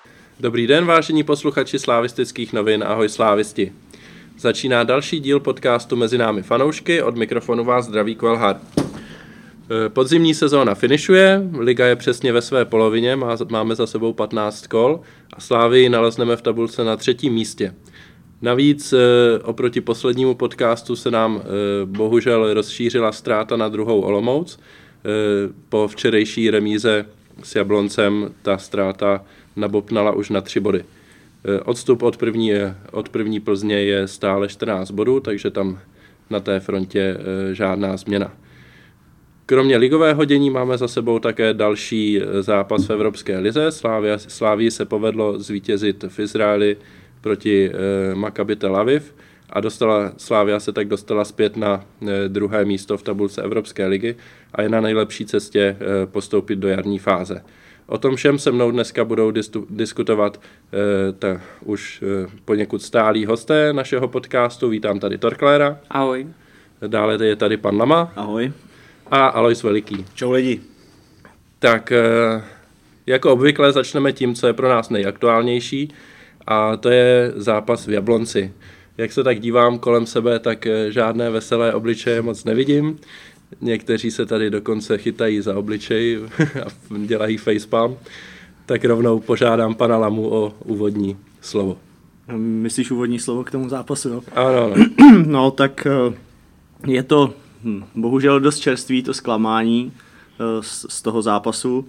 Dobrý den, vážení posluchači slavistických novin, ahoj slávisti. Začíná další díl podcastu Mezi námi fanoušky, od mikrofonu vás zdraví Kvelhard. Podzimní sezóna finišuje, liga je přesně ve své polovině, máme za sebou 15 kol a Slavii nalezneme v tabulce na 3. místě. Navíc oproti poslednímu podcastu se nám bohužel rozšířila ztráta na druhou Olomouc. Po včerejší remíze s Jabloncem ta ztráta nabopnala už na 3 body. Odstup od první Plzně je stále 14 bodů, takže tam na té frontě žádná změna. Kromě ligového dění máme za sebou také další zápas v Evropské lize. Slavii se povedlo zvítězit v Izraeli proti Maccabi Tel Aviv a Slavia se tak dostala zpět na 2. místo v tabulce Evropské ligy a je na nejlepší cestě postoupit do jarní fáze. O tom všem se mnou dneska budou diskutovat už poněkud stálí hosté našeho podcastu. Vítám tady Torkléra. Ahoj. Dále je tady pan Lama. Ahoj. A Alois Veliký. Čau lidi. Tak jako obvykle začneme tím, co je pro nás nejaktuálnější, a to je zápas v Jablonci. Jak se tak dívám kolem sebe, tak žádné veselé obličeje moc nevidím. Někteří se tady dokonce chytají za obličej a dělají facepalm. Tak rovnou požádám pana Lamu o úvodní slovo. Myslíš úvodní slovo k tomu zápasu, jo? Ano. No tak je to bohužel dost čerstvý, to zklamání z toho zápasu.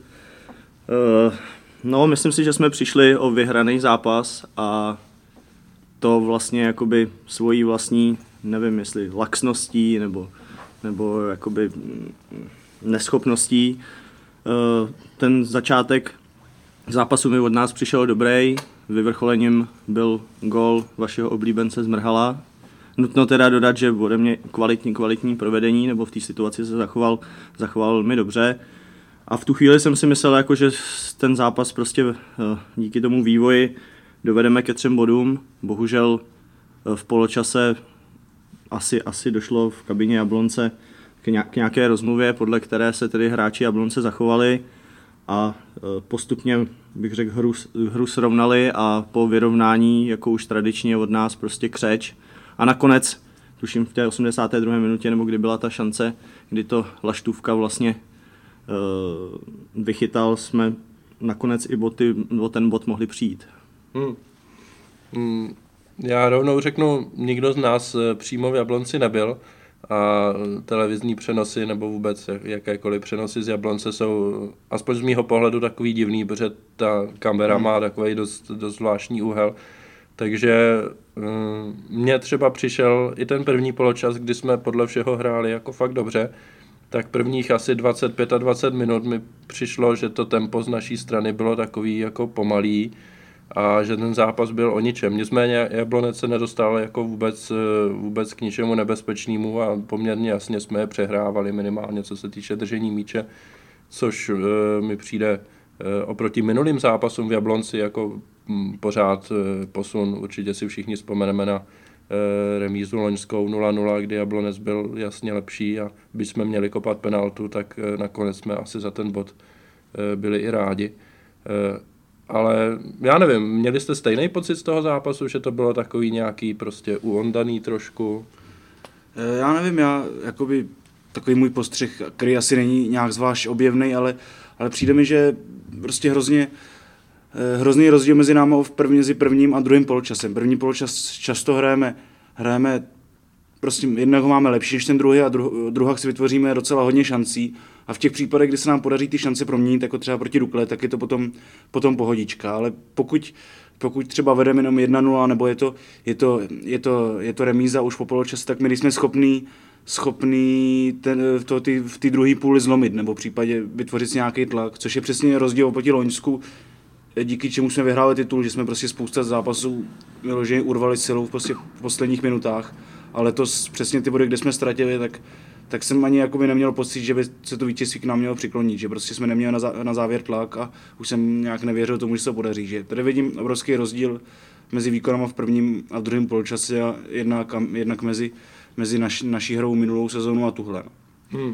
No, myslím si, že jsme přišli o vyhraný zápas a to vlastně jakoby svojí vlastní, nevím jestli laxností nebo jakoby neschopností. Ten začátek zápasu mi od nás přišel dobrý, vyvrcholením byl gól vašeho oblíbence Zmrhala. Nutno teda dodat, že ode mě kvalitní provedení, nebo v té situaci se zachoval velmi dobře. A v tu chvíli jsem si myslel, jako, že ten zápas prostě díky tomu vývoji dovedeme ke 3 bodům. Bohužel v poločase asi došlo v kabině Jablonce k nějaké rozmluvě, podle které se tedy hráči Jablonce zachovali a postupně, bych řekl, hru srovnali a po vyrovnání, jako už tradičně od nás, prostě křeč. A nakonec, tuším v té 82. minutě, nebo kdy byla ta šance, kdy to Laštůvka vlastně vychytal, jsme nakonec i o ten bod mohli přijít. Já rovnou řeknu, nikdo z nás přímo v Jablonci nebyl a televizní přenosy nebo vůbec jakékoliv přenosy z Jablonce jsou aspoň z mýho pohledu takový divný, protože ta kamera má takový dost zvláštní úhel. Takže mně třeba přišel i ten první poločas, kdy jsme podle všeho hráli jako fakt dobře, tak prvních asi 25 a 20 minut mi přišlo, že to tempo z naší strany bylo takový jako pomalý a že ten zápas byl o ničem. Nicméně Jablonec se nedostal jako vůbec k ničemu nebezpečnému a poměrně jasně jsme je přehrávali minimálně, co se týče držení míče, což mi přijde oproti minulým zápasům v Jablonci jako pořád posun. Určitě si všichni vzpomeneme na remízu loňskou 0-0, kdy Jablonec byl jasně lepší a byť jsme měli kopat penaltu, tak nakonec jsme asi za ten bod byli i rádi. Ale já nevím, měli jste stejný pocit z toho zápasu, že to bylo takový nějaký prostě uondaný trošku? Já nevím, jakoby takový můj postřeh, který asi není nějak zvlášť objevný, ale přijde mi, že prostě hrozný rozdíl mezi námi mezi prvním a druhým poločasem. První poločas často hrajeme prostě jednoho máme lepší než ten druhý a druhák si vytvoříme docela hodně šancí a v těch případech, kdy se nám podaří ty šance proměnit, jako třeba proti Dukle, tak je to potom pohodička, ale pokud třeba vedeme jenom 1-0 nebo je to remíza už po poločase, tak my nejsme schopný v té druhé půli zlomit nebo v případě vytvořit si nějaký tlak, což je přesně rozdíl oproti Loňsku, díky čemu jsme vyhráli titul, že jsme prostě spousta zápasů vyloženě urvali silou v posledních minutách, ale to přesně ty body, kde jsme ztratili, tak jsem ani jakoby neměl pocit, že by se to vítězství k nám mělo přiklonit, že prostě jsme neměli na závěr tlak a už jsem nějak nevěřil tomu, že se to podaří. Že tady vidím obrovský rozdíl mezi výkonama v prvním a v druhém poločase a jednak mezi naší hrou minulou sezónu a tuhle.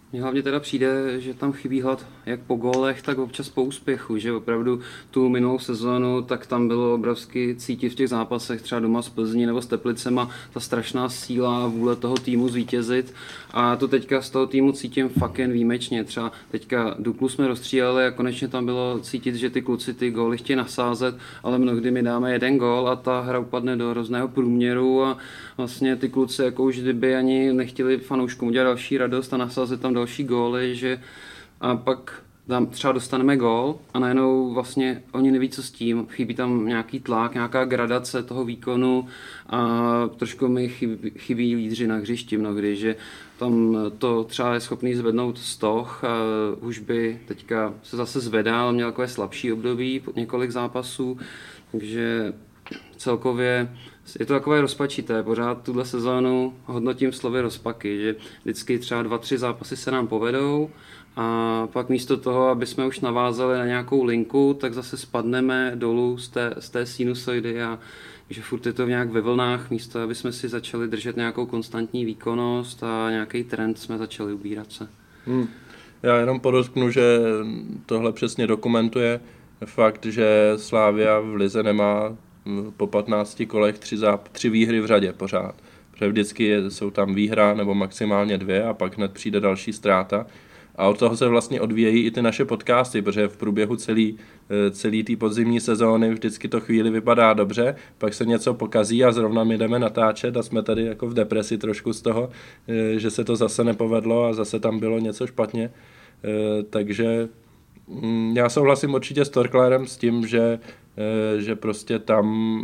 Mně hlavně teda přijde, že tam chybí hlad jak po gólech, tak občas po úspěchu, že opravdu tu minulou sezónu, tak tam bylo obrovsky cítit v těch zápasech, třeba doma s Plzní nebo s Teplicema, ta strašná síla a vůle toho týmu zvítězit. A to teďka z toho týmu cítím fakt jen výjimečně. Třeba teďka Duklu jsme rozstříleli a konečně tam bylo cítit, že ty kluci ty góly chtějí nasázet, ale mnohdy my dáme jeden gól a ta hra upadne do hrozného průměru a vlastně ty kluci jako už kdyby ani nechtěli fanouškům udělat další radost a nasázet tam další góly, že a pak tam třeba dostaneme gól a najednou vlastně oni neví, co s tím, chybí tam nějaký tlak, nějaká gradace toho výkonu a trošku mi chybí lídři na hřišti mnohdy, že tam to třeba je schopný zvednout stoh a už by teďka se zase zvedá, ale měl takové slabší období, několik zápasů, takže celkově je to takové rozpačité, pořád tuhle sezónu hodnotím slovy rozpaky, že vždycky třeba 2-3 zápasy se nám povedou a pak místo toho, aby jsme už navázali na nějakou linku, tak zase spadneme dolů z té sinusoidy a že furt je to nějak ve vlnách, místo aby jsme si začali držet nějakou konstantní výkonnost a nějaký trend jsme začali ubírat se. Já jenom podotknu, že tohle přesně dokumentuje fakt, že Slavia v lize nemá po 15 kolech 3 výhry v řadě pořád. Protože vždycky jsou tam výhra nebo maximálně 2 a pak hned přijde další ztráta. A od toho se vlastně odvíjejí i ty naše podcasty, protože v průběhu celý té podzimní sezóny vždycky to chvíli vypadá dobře, pak se něco pokazí a zrovna my jdeme natáčet a jsme tady jako v depresi trošku z toho, že se to zase nepovedlo a zase tam bylo něco špatně. Takže já souhlasím určitě s Torklérem s tím, že prostě tam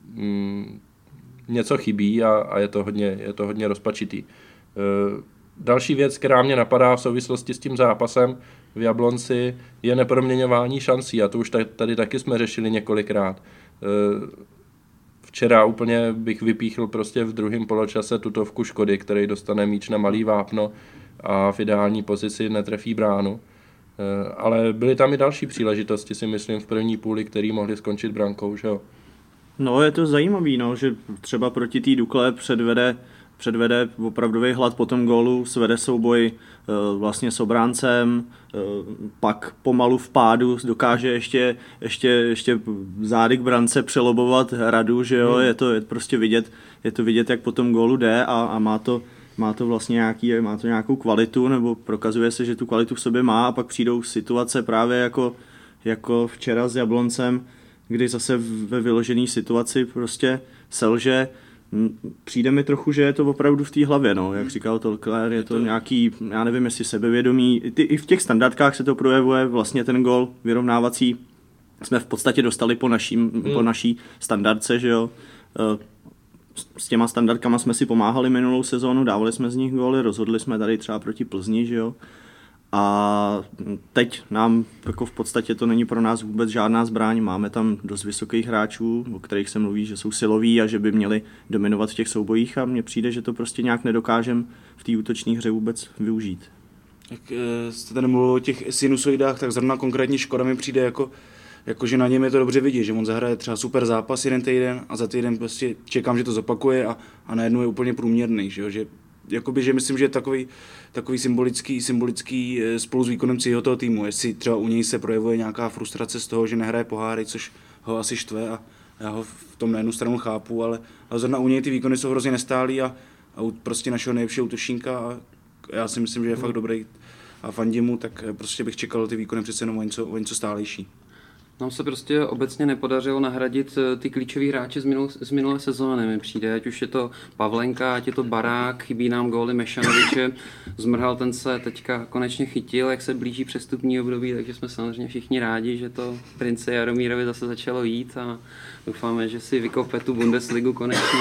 něco chybí a je to hodně rozpačitý. Další věc, která mě napadá v souvislosti s tím zápasem v Jablonci, je neproměňování šancí a to už tady taky jsme řešili několikrát. Včera úplně bych vypíchl prostě v druhém poločase tutovku Škody, který dostane míč na malý vápno a v ideální pozici netrefí bránu. Ale byly tam i další příležitosti, si myslím, v první půli, které mohly skončit brankou, že jo? No, je to zajímavý, no, že třeba proti té Dukle předvede opravdový hlad po tom gólu, svede souboj vlastně s obráncem, pak pomalu v pádu dokáže ještě zády k brance přelobovat Radu, že jo, je to vidět, jak po tom gólu jde a má to vlastně nějakou kvalitu, nebo prokazuje se, že tu kvalitu v sobě má a pak přijdou situace právě jako včera s Jabloncem, kdy zase ve vyložené situaci prostě selže. Přijde mi trochu, že je to opravdu v té hlavě, no. Jak říkal Tolkler, je to nějaký, já nevím, jestli sebevědomí. I v těch standardkách se to projevuje, vlastně ten gól vyrovnávací jsme v podstatě dostali po naší standardce, že jo. S těma standardkama jsme si pomáhali minulou sezónu, dávali jsme z nich góly, rozhodli jsme tady třeba proti Plzni, že jo. A teď nám jako v podstatě to není pro nás vůbec žádná zbraň, máme tam dost vysokých hráčů, o kterých se mluví, že jsou siloví a že by měli dominovat v těch soubojích a mně přijde, že to prostě nějak nedokážem v té útočné hře vůbec využít. Jak jste tady mluvil o těch sinusoidách, tak zrovna konkrétně Škoda mi přijde jako že na něm je to dobře vidět, že on zahraje třeba super zápas jeden týden a za týden prostě čekám, že to zopakuje a najednou je úplně průměrný, že jakoby, že myslím, že je takový symbolický spolu s výkonem celého toho týmu, jestli třeba u něj se projevuje nějaká frustrace z toho, že nehraje poháry, což ho asi štve a já ho v tom na jednu stranu chápu, ale zrovna u něj ty výkony jsou hrozně nestálý a prostě našeho nejlepšího útočníka a já si myslím, že je fakt dobrý a fandím mu, tak prostě bych čekal ty výkony přece jenom o něco stálejší. Nám se prostě obecně nepodařilo nahradit ty klíčoví hráče z minulé sezóny, mi přijde, ať už je to Pavlenka, ať je to Barák, chybí nám góly Mešanoviče, Zmrhal, ten se teďka konečně chytil, jak se blíží přestupní období, takže jsme samozřejmě všichni rádi, že to Prince Jaromírovi zase začalo jít a doufáme, že si vykope tu Bundesligu konečně.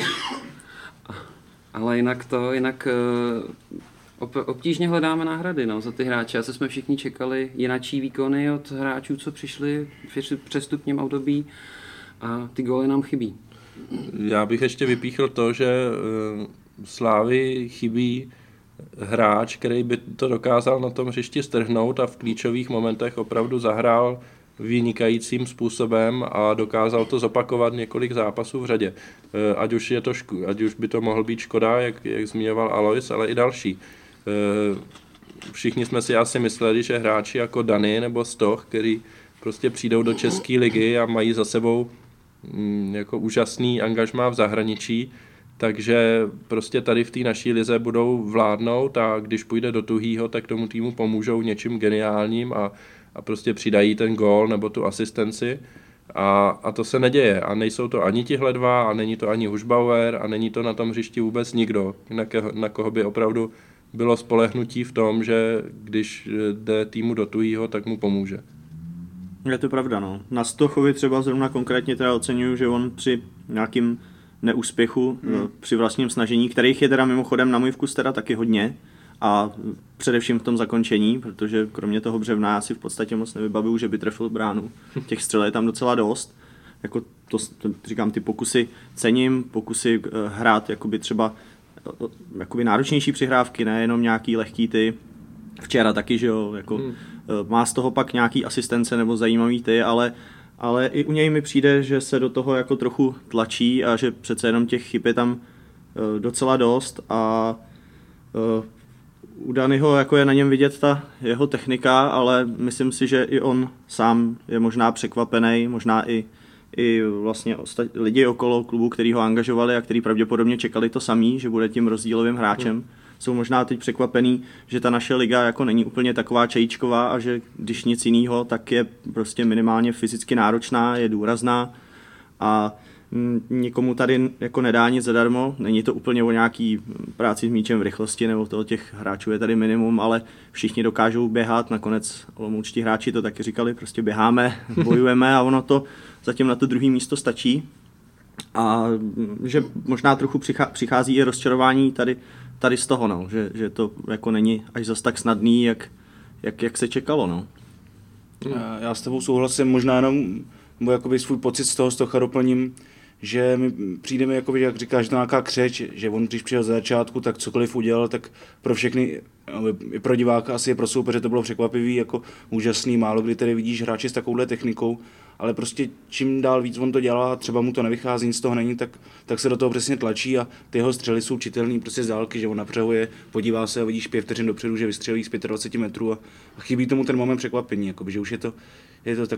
Ale jinak obtížně hledáme náhrady za ty hráče. Asi jsme všichni čekali jinačí výkony od hráčů, co přišli v přestupním období a ty góly nám chybí. Já bych ještě vypíchl to, že Slávy chybí hráč, který by to dokázal na tom hřišti strhnout a v klíčových momentech opravdu zahrál vynikajícím způsobem a dokázal to zopakovat několik zápasů v řadě. Ať už by to mohl být Škoda, jak zmiňoval Alois, ale i další. všichni jsme si asi mysleli, že hráči jako Dany nebo Stoch, který prostě přijdou do České ligy a mají za sebou jako úžasný angažmá v zahraničí, takže prostě tady v té naší lize budou vládnout a když půjde do tuhýho, tak tomu týmu pomůžou něčím geniálním a prostě přidají ten gól nebo tu asistenci a to se neděje a nejsou to ani tihle dva a není to ani Hušbauer a není to na tom hřišti vůbec nikdo, na koho by opravdu bylo spolehnutí v tom, že když jde týmu do tuhýho, tak mu pomůže. Je to pravda, no. Na Stochovi třeba zrovna konkrétně teda oceňuju, že on při nějakým neúspěchu, při vlastním snažení, kterých je teda mimochodem na můj vkus teda taky hodně, a především v tom zakončení, protože kromě toho břevna já si v podstatě moc nevybavuju, že by trefil bránu. Těch střel je tam docela dost. Jako to říkám, ty pokusy cením, pokusy hrát jakoby třeba jakoby náročnější přihrávky, nejenom nějaký lehký ty. Včera taky, že jo, jako má z toho pak nějaký asistence nebo zajímavý ty, ale i u něj mi přijde, že se do toho jako trochu tlačí a že přece jenom těch chyb je tam docela dost a u Danyho jako je na něm vidět ta jeho technika, ale myslím si, že i on sám je možná překvapený, možná i vlastně lidi okolo klubu, který ho angažovali a který pravděpodobně čekali to samý, že bude tím rozdílovým hráčem. Jsou možná teď překvapený, že ta naše liga jako není úplně taková čajíčková a že když nic jiného, tak je prostě minimálně fyzicky náročná, je důrazná a nikomu tady jako nedá nic zadarmo. Není to úplně o nějaký práci s míčem v rychlosti, nebo toho těch hráčů je tady minimum, ale všichni dokážou běhat, nakonec olomoučtí hráči to taky říkali, prostě běháme, bojujeme a ono to zatím na to druhé místo stačí. A že možná trochu přichází i rozčarování tady z toho, no, že to jako není až zas tak snadný, jak se čekalo. No. Já s tebou souhlasím, možná jenom jakoby svůj pocit z toho Stocha doplním, že mi přijde mi, jakoby, jak říkáš, že to nějaká křeč, že on když přijel za začátku, tak cokoliv udělal, tak pro všechny, i pro diváka, asi i pro soupeře to bylo překvapivý, jako úžasný, málo kdy tady vidíš hráče s takovouhle technikou, ale prostě čím dál víc on to dělá, třeba mu to nevychází, nic z toho není, tak se do toho přesně tlačí a ty jeho střely jsou čitelný prostě z dálky, že on napřehuje, podívá se a vidíš 5 vteřin dopředu, že vystřelí z 25 metrů a chybí tomu ten moment překvapení, jakoby, že už je to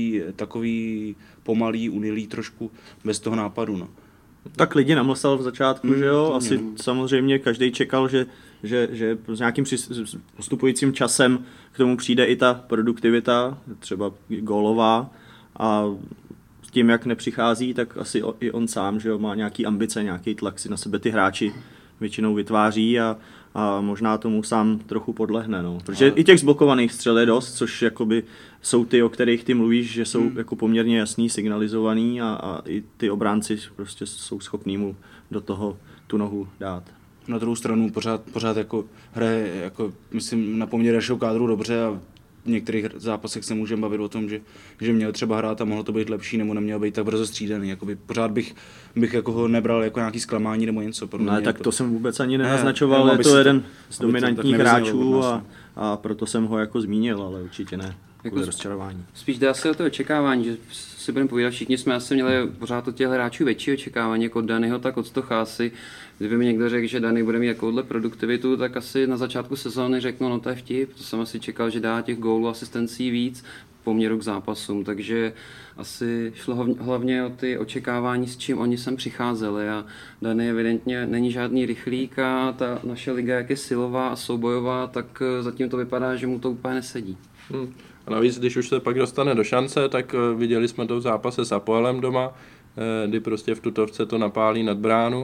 takový pomalý, unilý trošku bez toho nápadu. No. Tak lidi namlsal v začátku, že jo, asi samozřejmě každý čekal, že s nějakým postupujícím časem k tomu přijde i ta produktivita, třeba gólová a s tím, jak nepřichází, tak asi i on sám, že jo, má nějaký ambice, nějaký tlak si na sebe ty hráči většinou vytváří a možná tomu sám trochu podlehne, no. Protože i těch zblokovaných střel je dost, což jakoby jsou ty, o kterých ty mluvíš, že jsou jako poměrně jasný, signalizovaný a i ty obránci prostě jsou schopní mu do toho tu nohu dát. Na druhou stranu pořád jako hraje, jako myslím, na poměr našeho kádru dobře a v některých zápasech se můžeme bavit o tom, že měl třeba hrát a mohlo to být lepší nebo neměl být tak brzo střídaný. Jakoby pořád bych jako ho nebral jako nějaký zklamání nebo něco. Ne, tak to jsem vůbec ani nenaznačoval, je to jeden z dominantních hráčů a proto jsem ho jako zmínil, ale určitě ne. Jako rozčarování. Spíš jde asi o to očekávání, že si budeme povídat, všichni jsme asi měli pořád od těch hráčů větší očekávání, jako od Danyho, tak od Stocha asi. Kdyby mi někdo řekl, že Dany bude mít takovouhle produktivitu, tak asi na začátku sezóny řeknu, no to je vtip, to jsem asi čekal, že dá těch gólů asistencí víc v poměru k zápasům, takže asi šlo hlavně o ty očekávání, s čím oni sem přicházeli a Dany evidentně není žádný rychlík a ta naše liga, jak je silová a soubojová, tak zatím to vypadá, že mu to úplně nesedí. A navíc, když už se pak dostane do šance, tak viděli jsme to v zápase s Apoelem doma, kdy prostě v tutovce to napálí nad bránu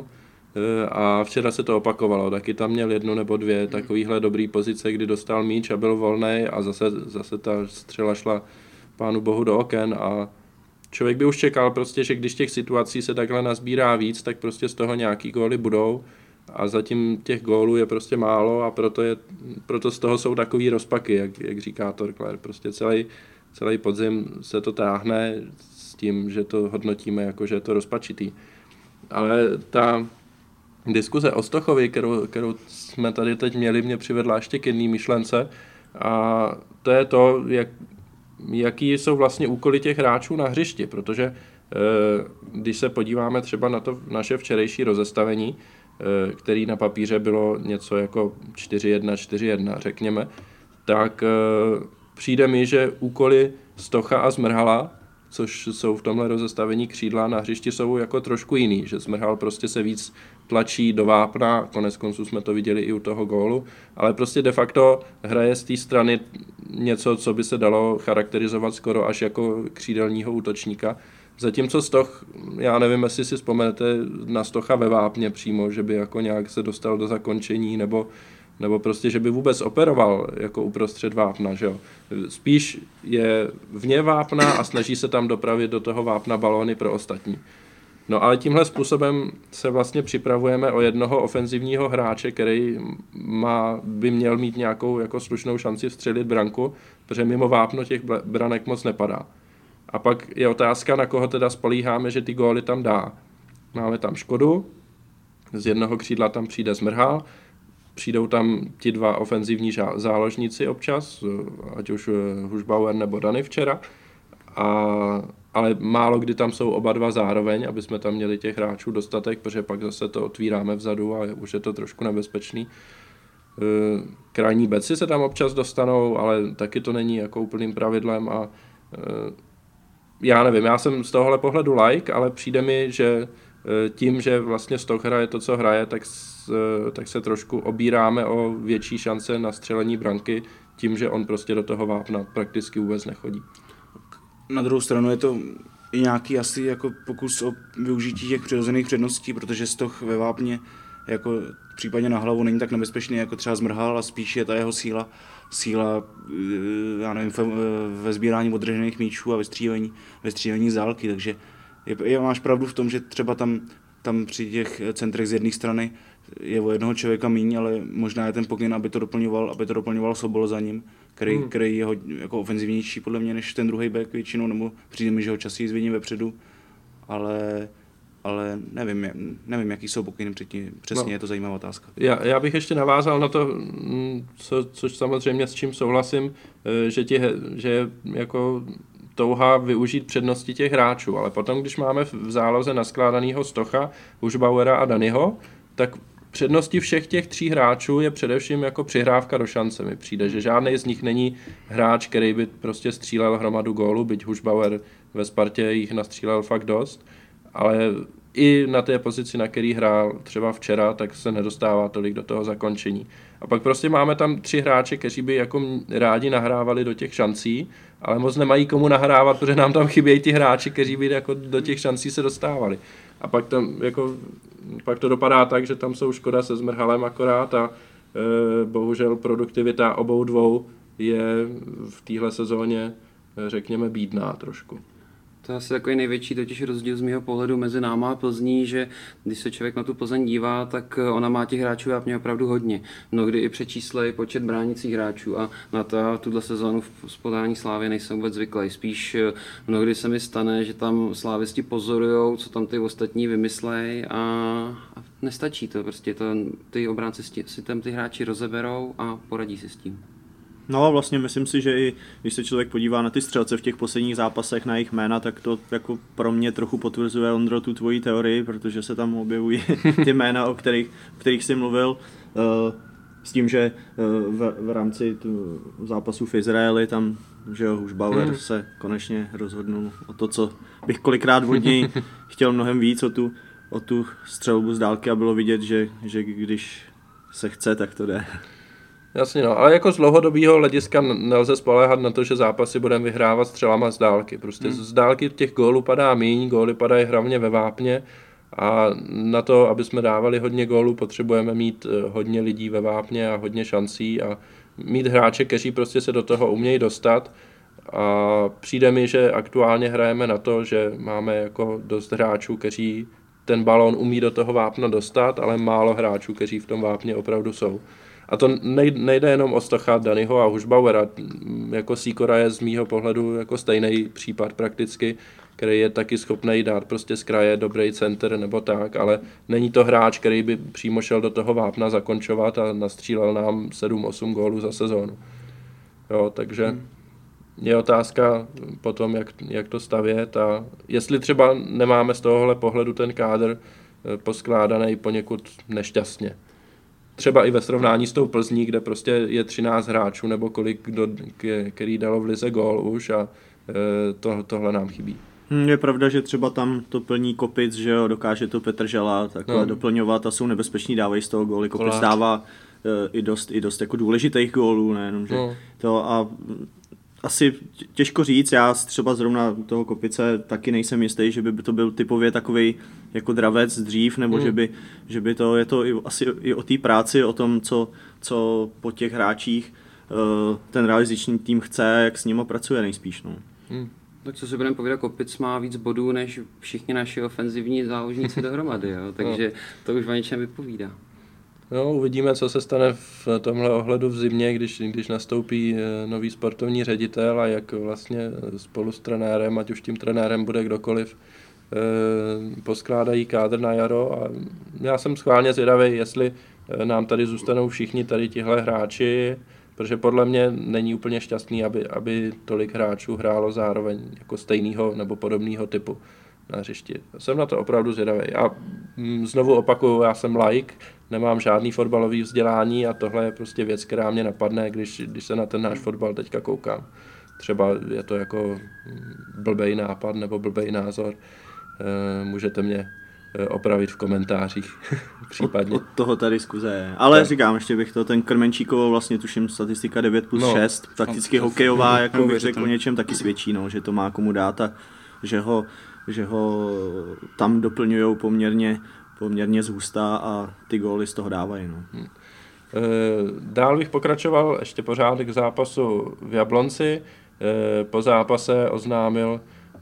a včera se to opakovalo, taky tam měl 1 nebo 2 takovýhle dobrý pozice, kdy dostal míč a byl volnej a zase ta střela šla pánu bohu do oken a člověk by už čekal prostě, že když těch situací se takhle nazbírá víc, tak prostě z toho nějaký góly budou a zatím těch gólů je prostě málo a proto z toho jsou takový rozpaky, jak říká Torkler. Prostě celý podzim se to táhne s tím, že to hodnotíme jako, že je to rozpačitý. Ale ta diskuze o Stochovi, kterou jsme tady teď měli, mě přivedla ještě k jedné myšlence a to je to, jaký jsou vlastně úkoly těch hráčů na hřišti, protože když se podíváme třeba na to naše včerejší rozestavení, který na papíře bylo něco jako 4-1, 4-1, řekněme, tak přijde mi, že úkoly Stocha a Zmrhala, což jsou v tomhle rozestavení křídla na hřišti, jsou jako trošku jiný, že Zmrhal prostě se víc tlačí do vápna, koneckonců jsme to viděli i u toho gólu, ale prostě de facto hraje z té strany něco, co by se dalo charakterizovat skoro až jako křídelního útočníka. Zatímco Stoch, já nevím, jestli si vzpomenete na Stocha ve vápně přímo, že by jako nějak se dostal do zakončení, nebo prostě, že by vůbec operoval jako uprostřed vápna, že jo. Spíš je vně vápna a snaží se tam dopravit do toho vápna balóny pro ostatní. No ale tímhle způsobem se vlastně připravujeme o jednoho ofenzivního hráče, který by měl mít nějakou jako slušnou šanci vstřelit branku, protože mimo vápno těch branek moc nepadá. A pak je otázka, na koho teda spolíháme, že ty góly tam dá. Máme tam Škodu, z jednoho křídla tam přijde Zmrhal, přijdou tam ti dva ofenzivní záložníci občas, ať už Hušbauer nebo Dany včera, ale málo kdy tam jsou oba dva zároveň, aby jsme tam měli těch hráčů dostatek, protože pak zase to otvíráme vzadu a už je to trošku nebezpečný. Krajní beci se tam občas dostanou, ale taky to není jako úplným pravidlem a já nevím, já jsem z tohohle pohledu ale přijde mi, že tím, že vlastně Stoch hraje to, co hraje, tak se trošku obíráme o větší šance na střelení branky tím, že on prostě do toho vápna prakticky vůbec nechodí. Na druhou stranu je to i nějaký asi jako pokus o využití těch přirozených předností, protože Stoch ve vápně jako případně na hlavu není tak nebezpečný jako třeba Zmrhal a spíš je ta jeho síla já nevím, ve sbírání održených míčů a ve střílení z dálky, takže máš pravdu v tom, že třeba tam při těch centrech z jedné strany je o jednoho člověka míň, ale možná je ten pokyn, aby to doplňoval Sobol za ním, který je jako ofenzivnější podle mě než ten druhý back většinou, nebo přijde mi, že ho časí zvidím vepředu, ale nevím, jaký jsou pokyny přesně, je to zajímavá otázka. Já bych ještě navázal na to, což samozřejmě s čím souhlasím, že jako touha využít přednosti těch hráčů, ale potom, když máme v záloze naskládanýho Stocha, Hušbauera a Danyho, tak předností všech těch tří hráčů je především jako přihrávka do šance. Mi přijde, že žádný z nich není hráč, který by prostě střílel hromadu gólů, byť Hušbauer ve Spartě jich nastřílel fakt dost, ale i na té pozici, na který hrál třeba včera, tak se nedostává tolik do toho zakončení. A pak prostě máme tam tři hráče, kteří by jako rádi nahrávali do těch šancí, ale moc nemají komu nahrávat, protože nám tam chybějí ti hráči, kteří by jako do těch šancí se dostávali. A pak to dopadá tak, že tam jsou Škoda se Zmrhalem akorát a bohužel produktivita obou dvou je v téhle sezóně, řekněme, bídná trošku. To je asi takový největší totiž rozdíl z mého pohledu mezi náma a Plzní, že když se člověk na tu Plzeň dívá, tak ona má těch hráčů vápně opravdu hodně. Mnohdy i přečíslej počet bránících hráčů a na tuhle sezónu v podání Slávy nejsem vůbec zvyklý. Spíš mnohdy se mi stane, že tam slávisti pozorujou, co tam ty ostatní vymyslej a nestačí to. Prostě ty obránci si tam ty hráči rozeberou a poradí si s tím. No vlastně myslím si, že i když se člověk podívá na ty střelce v těch posledních zápasech na jejich jména, tak to jako pro mě trochu potvrzuje, Ondro, tu tvoji teorii, protože se tam objevují ty jména, o kterých jsi mluvil, s tím, že v rámci zápasu v Izraeli tam, že Hušbauer se konečně rozhodnul o to, co bych kolikrát od něj chtěl mnohem víc, o tu střelbu z dálky a bylo vidět, že když se chce, tak to jde. Jasně, no, ale jako z dlouhodobého hlediska nelze spoléhat na to, že zápasy budeme vyhrávat střelama z dálky. Prostě z dálky těch gólů padá míň, góly padají hlavně ve vápně a na to, aby jsme dávali hodně gólů, potřebujeme mít hodně lidí ve vápně a hodně šancí a mít hráče, kteří prostě se do toho umějí dostat. A přijde mi, že aktuálně hrajeme na to, že máme jako dost hráčů, kteří ten balón umí do toho vápna dostat, ale málo hráčů, kteří v tom vápně opravdu jsou. A to nejde jenom o Stocha, Danyho a Hušbauera, jako Sýkora je z mýho pohledu jako stejný případ prakticky, který je taky schopný dát prostě z kraje dobrý center nebo tak, ale není to hráč, který by přímo šel do toho vápna zakončovat a nastřílel nám 7-8 gólů za sezónu. Jo, takže je otázka potom, jak to stavět a jestli třeba nemáme z tohohle pohledu ten kádr, poskládaný poněkud nešťastně. Třeba i ve srovnání s tou Plzní, kde prostě je 13 hráčů nebo kolik, který dalo v lize gól už a tohle nám chybí. Je pravda, že třeba tam to plní Kopic, že jo, dokáže to Petr Žela takhle doplňovat a jsou nebezpeční, dávají z toho góly. Kopic dává i dost jako důležitých gólů, nejenom, že to a asi těžko říct, já třeba zrovna toho Kopice taky nejsem jistý, že by to byl typově takovej jako dravec dřív, nebo že by to, je to asi i o té práci, o tom, co po těch hráčích ten realizační tým chce, jak s nimi pracuje nejspíš. No. Tak co si budeme povídat, Kopic má víc bodů než všichni naši ofenzivní záložníci dohromady, jo? Takže to už o něčem vypovídá. No, uvidíme, co se stane v tomhle ohledu v zimě, když nastoupí nový sportovní ředitel a jak vlastně spolu s trenérem, ať už tím trenérem bude kdokoliv, poskládají kádr na jaro. A já jsem schválně zvědavý, jestli nám tady zůstanou všichni tady tihle hráči, protože podle mě není úplně šťastný, aby tolik hráčů hrálo zároveň jako stejného nebo podobného typu na hřišti. Jsem na to opravdu zvědavý. A znovu opakuju, já jsem laik, nemám žádný fotbalový vzdělání a tohle je prostě věc, která mě napadne, když se na ten náš fotbal teďka koukám. Třeba je to jako blbej nápad nebo blbej názor. Můžete mě opravit v komentářích případně. Od toho ta diskuze je. Ale tak. Říkám, ještě bych to, ten Krmenčíkovo vlastně tuším statistika 9+6, fakticky hokejová, jako bych řekl, o něčem taky svědčí, no, že to má komu dát a že ho tam doplňujou poměrně zhustá a ty góly z toho dávají. No. Dál bych pokračoval ještě pořád k zápasu v Jablonci. Po zápase oznámil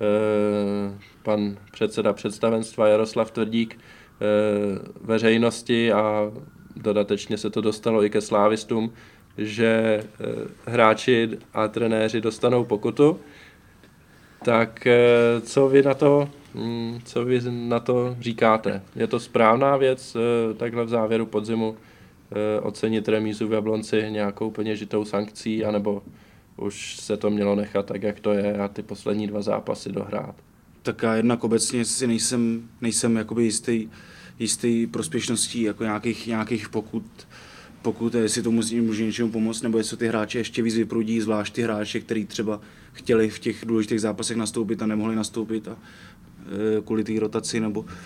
pan předseda představenstva Jaroslav Tvrdík veřejnosti a dodatečně se to dostalo i ke slávistům, že hráči a trenéři dostanou pokutu. Tak co vy na to říkáte? Je to správná věc takhle v závěru podzimu ocenit remízu v Jablonci nějakou peněžitou sankcí, anebo už se to mělo nechat tak, jak to je a ty poslední 2 zápasy dohrát? Tak já jednak obecně si nejsem jakoby jistý prospěšností jako nějakých pokud jestli to může něčemu pomoct, nebo jestli ty hráči ještě víc vyprudí, zvlášť ty hráči, kteří třeba chtěli v těch důležitých zápasech nastoupit a nemohli nastoupit a kvůli té rotaci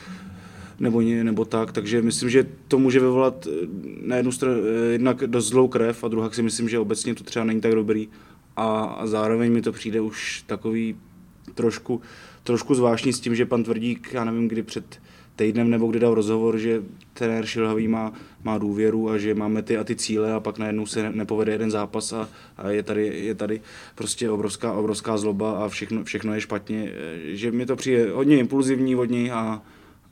nebo tak, takže myslím, že to může vyvolat na jednu stranu jednak dost zlou krev a druhá si myslím, že obecně to třeba není tak dobrý a zároveň mi to přijde už takový trošku zvláštní s tím, že pan Tvrdík, já nevím, kdy před týdnem nebo kdy dal rozhovor, že trenér Šilhavý má důvěru a že máme ty cíle a pak najednou se nepovede jeden zápas a je tady prostě obrovská zloba a všechno je špatně, že mi to přijde hodně impulzivní od něj a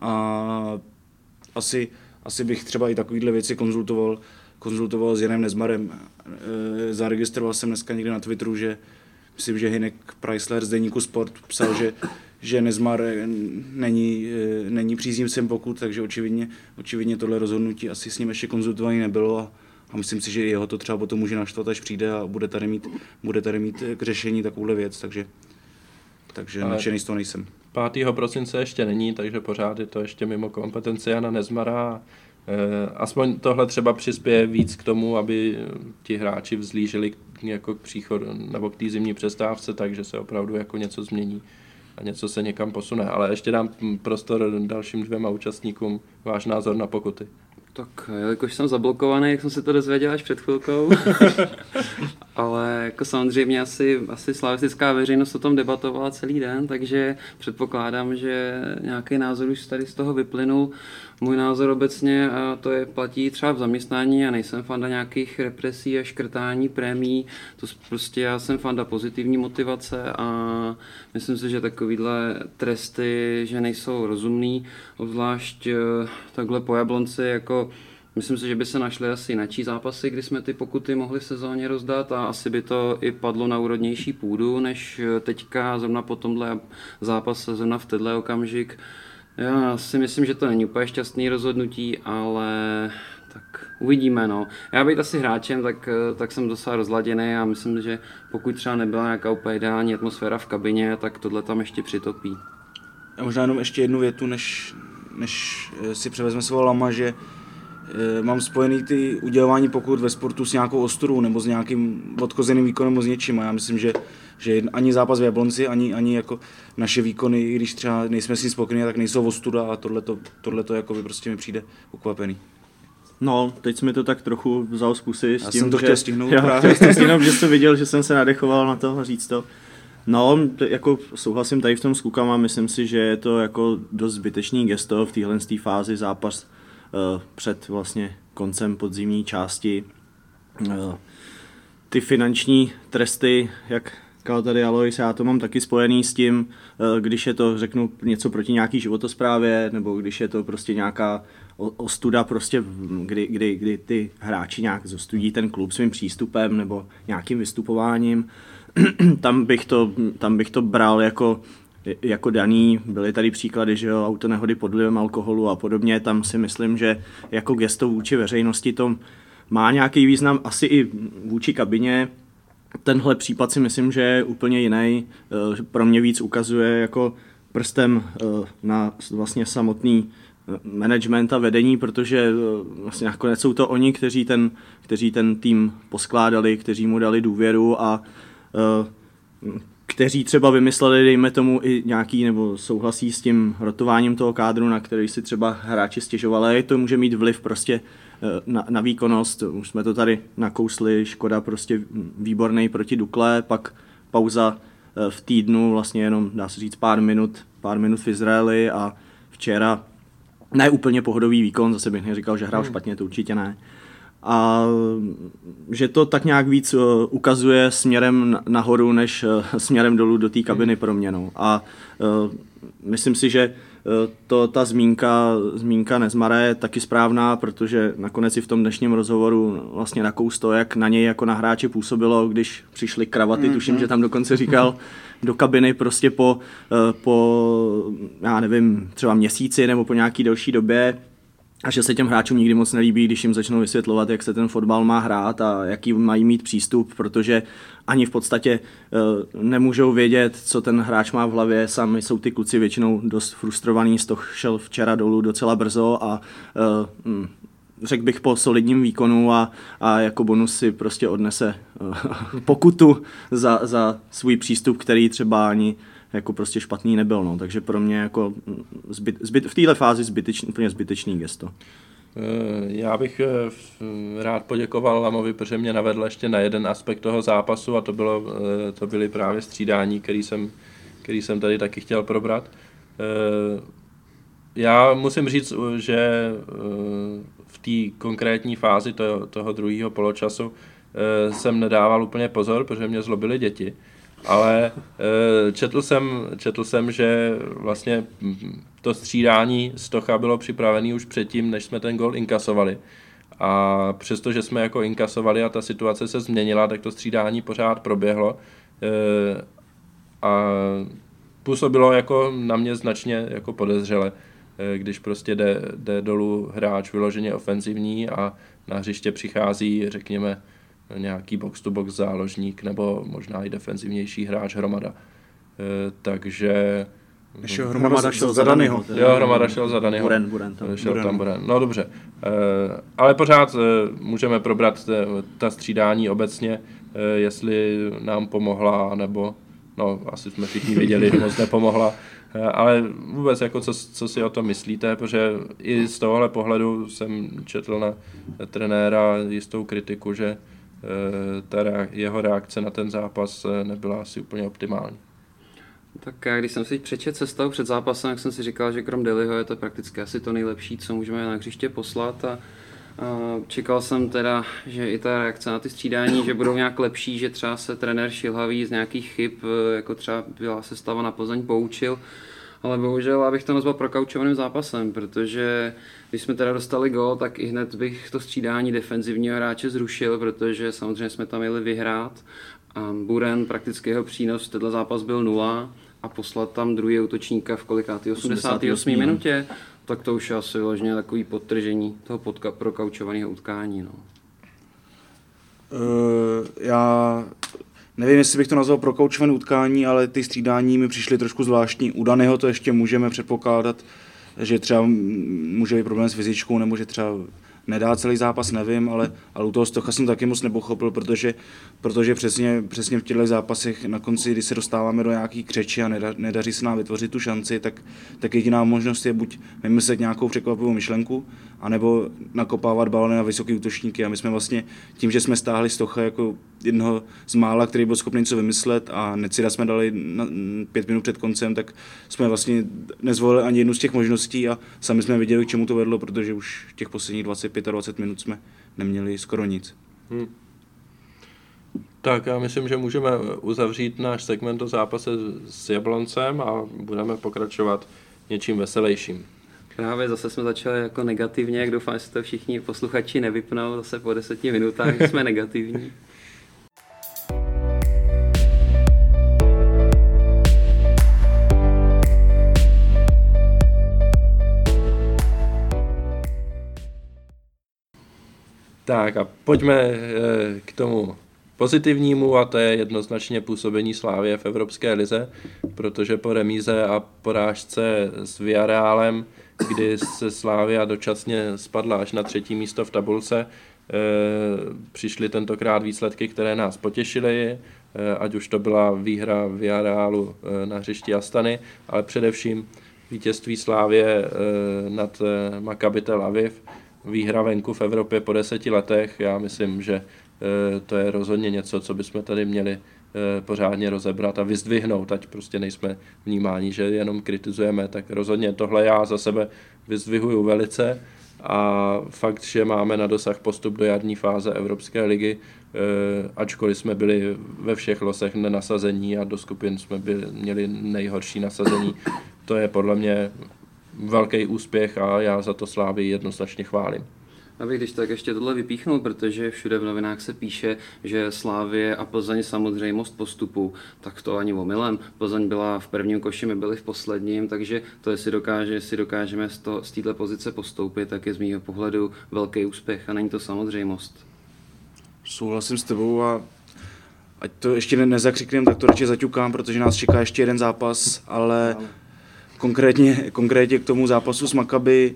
asi bych třeba i takovýhle věci konzultoval s Janem Nezmarem. Zaregistroval jsem dneska někde na Twitteru, že myslím, že Hinek Preissler z deníku Sport psal, že Nezmar není příznivcem pokut, takže očividně tohle rozhodnutí asi s ním ještě konzultovaný nebylo a myslím si, že jeho to třeba potom může naštvat, až přijde a bude tady mít k řešení takovouhle věc, takže nadšený z toho nejsem. 5. prosince ještě není, takže pořád je to ještě mimo kompetenci Jana Nezmara. Aspoň tohle třeba přispěje víc k tomu, aby ti hráči vzlížili jako k příchodu nebo k té zimní přestávce, takže se opravdu jako něco změní a něco se někam posune. Ale ještě dám prostor dalším 2 účastníkům. Váš názor na pokuty. Tak jelikož jsem zablokovaný, jak jsem si to dozvěděl až před chvilkou. Ale jako samozřejmě asi slavistická veřejnost o tom debatovala celý den, takže předpokládám, že nějaký názor už tady z toho vyplynul. Můj názor obecně, a to platí třeba v zaměstnání, já nejsem fanda nějakých represí a škrtání prémií, to prostě já jsem fanda pozitivní motivace a myslím si, že takovýhle tresty, že nejsou rozumný, obzvlášť takhle po Jablonci, jako myslím si, že by se našly asi jináčí zápasy, kdy jsme ty pokuty mohli v sezóně rozdat a asi by to i padlo na úrodnější půdu, než teďka zrovna po tomhle zápase, zrovna v tenhle okamžik. Já si myslím, že to není úplně šťastný rozhodnutí, ale tak uvidíme. No. Já být asi hráčem, tak jsem docela rozladěný a myslím, že pokud třeba nebyla nějaká úplně ideální atmosféra v kabině, tak tohle tam ještě přitopí. A možná jenom ještě jednu větu, než než si převezme svého lama, že mám spojený ty udělování pokut ve sportu s nějakou ostudou nebo s nějakým odkozeným výkonem nebo s něčím. A já myslím, že ani zápas v Jablonci, ani jako naše výkony, i když třeba nejsme s tím spokojení, tak nejsou ostuda a tohleto jako by prostě mi přijde ukvapený. No, teď jsi mi to tak trochu vzal z pusy s tím, jsem to chtěl stihnout právě. Chtěl stihnout, že jsi viděl, že jsem se nadechoval na to říct to. No, jako souhlasím tady v tom s klukama, myslím si, že je to jako dost zbytečný gesto v téhle fázi zápas před vlastně koncem podzimní části. Ty finanční tresty, jak říkal tady Alois, já to mám taky spojený s tím, když je to, řeknu, něco proti nějaký životosprávě, nebo když je to prostě nějaká ostuda, prostě, kdy ty hráči nějak zostudí ten klub svým přístupem nebo nějakým vystupováním, tam bych to bral jako daný. Byly tady příklady, že jo, autonehody pod vlivem alkoholu a podobně, tam si myslím, že jako gesto vůči veřejnosti to má nějaký význam, asi i vůči kabině. Tenhle případ si myslím, že je úplně jiný. Pro mě víc ukazuje jako prstem na vlastně samotný management a vedení, protože vlastně nakonec jsou to oni, kteří ten tým poskládali, kteří mu dali důvěru a kteří třeba vymysleli, dejme tomu, i nějaký, nebo souhlasí s tím rotováním toho kádru, na který si třeba hráči stěžovali. To může mít vliv prostě na výkonnost. Už jsme to tady nakousli, Škoda prostě výborný proti Dukle, pak pauza v týdnu, vlastně jenom, dá se říct, pár minut v Izraeli a včera ne úplně pohodový výkon, zase bych neříkal, že hrál špatně, to určitě ne. A že to tak nějak víc ukazuje směrem nahoru, než směrem dolů do té kabiny pro mě. No. A myslím si, že ta zmínka Nezmara je taky správná, protože nakonec i v tom dnešním rozhovoru vlastně nakous to, jak na něj jako na hráče působilo, když přišly kravaty, tuším, že tam dokonce říkal, do kabiny prostě po já nevím, třeba měsíci nebo po nějaký delší době, a že se těm hráčům nikdy moc nelíbí, když jim začnou vysvětlovat, jak se ten fotbal má hrát a jaký mají mít přístup, protože ani v podstatě nemůžou vědět, co ten hráč má v hlavě. Sami jsou ty kluci většinou dost frustrovaný, Stoch šel včera dolů docela brzo a řekl bych po solidním výkonu a jako bonus si prostě odnese pokutu za svůj přístup, který třeba ani jako prostě špatný nebyl, no. Takže pro mě jako v téhle fázi úplně zbytečný gesto. Já bych rád poděkoval Lamovi, protože mě navedl ještě na jeden aspekt toho zápasu a to byly právě střídání, který jsem tady taky chtěl probrat. Já musím říct, že v té konkrétní fázi toho druhého poločasu jsem nedával úplně pozor, protože mě zlobily děti. Ale četl jsem, že vlastně to střídání Stocha bylo připravené už předtím, než jsme ten gól inkasovali. A přestože jsme jako inkasovali a ta situace se změnila, tak to střídání pořád proběhlo. A působilo jako na mě značně jako podezřele, když prostě jde dolů hráč vyloženě ofenzivní a na hřiště přichází, řekněme, nějaký box-to-box záložník nebo možná i defenzivnější hráč Hromada. Takže... Hromada šel za Danyho. Jo, Hromada šel za Danyho. Buren. No dobře. Ale pořád můžeme probrat ta střídání obecně, jestli nám pomohla, nebo... No, asi jsme všichni viděli, že moc nepomohla. Ale vůbec, jako co si o tom myslíte, protože i z tohohle pohledu jsem četl na trenéra jistou kritiku, že jeho reakce na ten zápas nebyla asi úplně optimální. Tak já, když jsem si přečetl sestavu před zápasem, tak jsem si říkal, že krom Deliho je to prakticky asi to nejlepší, co můžeme na hřiště poslat a čekal jsem teda, že i ta reakce na ty střídání, že budou nějak lepší, že třeba se trenér Šilhavý z nějakých chyb, jako třeba byla sestava na Plzeň, poučil, ale bohužel abych to nazval prokaučovaným zápasem, protože když jsme teda dostali gól, tak i hned bych to střídání defenzivního hráče zrušil, protože samozřejmě jsme tam měli vyhrát a Buren, prakticky jeho přínos v tenhle zápas byl 0 a poslat tam druhý útočníka v kolikátý 88. minutě, tak to už je asi vyloženě takový podtržení toho prokaučovaného utkání. No. Já nevím, jestli bych to nazval prokaučované utkání, ale ty střídání mi přišly trošku zvláštní. U Danyho to ještě můžeme předpokládat, že třeba může být problém s fyzičkou, nebo že třeba nedá celý zápas, nevím, ale u toho Stocha jsem taky moc nepochopil, protože přesně v těchto zápasech na konci, když se dostáváme do nějaký křeči a nedaří se nám vytvořit tu šanci, tak jediná možnost je buď vymyslet nějakou překvapivou myšlenku, anebo nakopávat balony na vysoký útočníky. A my jsme vlastně tím, že jsme stáhli Stocha jako jednoho z mála, který byl schopný něco vymyslet a Necida jsme dali 5 minut před koncem, tak jsme vlastně nezvolili ani jednu z těch možností a sami jsme viděli, k čemu to vedlo, protože už těch posledních 25 minut jsme neměli skoro nic. Tak já myslím, že můžeme uzavřít náš segment o zápase s Jabloncem a budeme pokračovat něčím veselějším. Právě zase jsme začali jako negativně, jak doufám, že si to všichni posluchači nevypnou zase po 10 minutách, že jsme negativní. Tak a pojďme k tomu pozitivnímu, a to je jednoznačně působení Slavie v Evropské lize, protože po remíze a porážce s Villarrealem, kdy se Slavia dočasně spadla až na 3. místo v tabulce, přišly tentokrát výsledky, které nás potěšily, ať už to byla výhra Villarrealu na hřišti Astany, ale především vítězství Slavie nad Maccabi Tel Aviv, výhra venku v Evropě po 10 letech. Já myslím, že to je rozhodně něco, co bychom tady měli pořádně rozebrat a vyzdvihnout, ať prostě nejsme vnímáni, že jenom kritizujeme, tak rozhodně tohle já za sebe vyzdvihuju velice a fakt, že máme na dosah postup do jarní fáze Evropské ligy, ačkoliv jsme byli ve všech losech nenasazení a do skupin jsme měli nejhorší nasazení, to je podle mě velký úspěch a já za to Slávii jednoznačně chválím. Abych když tak ještě tohle vypíchnul, protože všude v novinách se píše, že Slavie a Plzeň samozřejmost postupu, tak to ani omylem. Plzeň byla v prvním koši, my byli v posledním, takže to, jestli dokážeme z této pozice postoupit, tak je z mýho pohledu velký úspěch a není to samozřejmost. Souhlasím s tebou a ať to ještě nezakřiknem, tak to radši zaťukám, protože nás čeká ještě jeden zápas, ale konkrétně k tomu zápasu s Maccabi.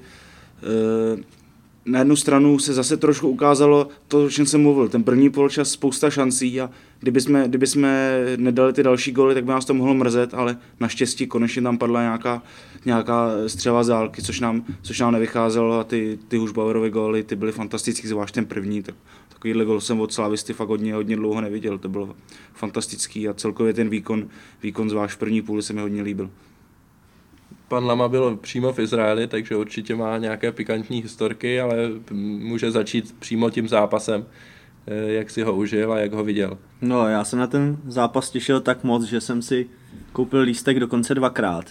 Na jednu stranu se zase trošku ukázalo to, o čem jsem mluvil. Ten první poločas spousta šancí a kdyby jsme nedali ty další góly, tak by nás to mohlo mrzet, ale naštěstí konečně tam padla nějaká střela z dálky, což nám nevycházelo a ty Hušbauerovy góly, ty byly fantastický, zvlášť ten první. Takovýhle gól jsem od Slavisty fakt hodně dlouho neviděl, to bylo fantastický a celkově ten výkon zvlášť v první půli se mi hodně líbil. Pan Lama byl přímo v Izraeli, takže určitě má nějaké pikantní historky, ale může začít přímo tím zápasem, jak si ho užil a jak ho viděl. No, já jsem na ten zápas těšil tak moc, že jsem si koupil lístek dokonce 2krát.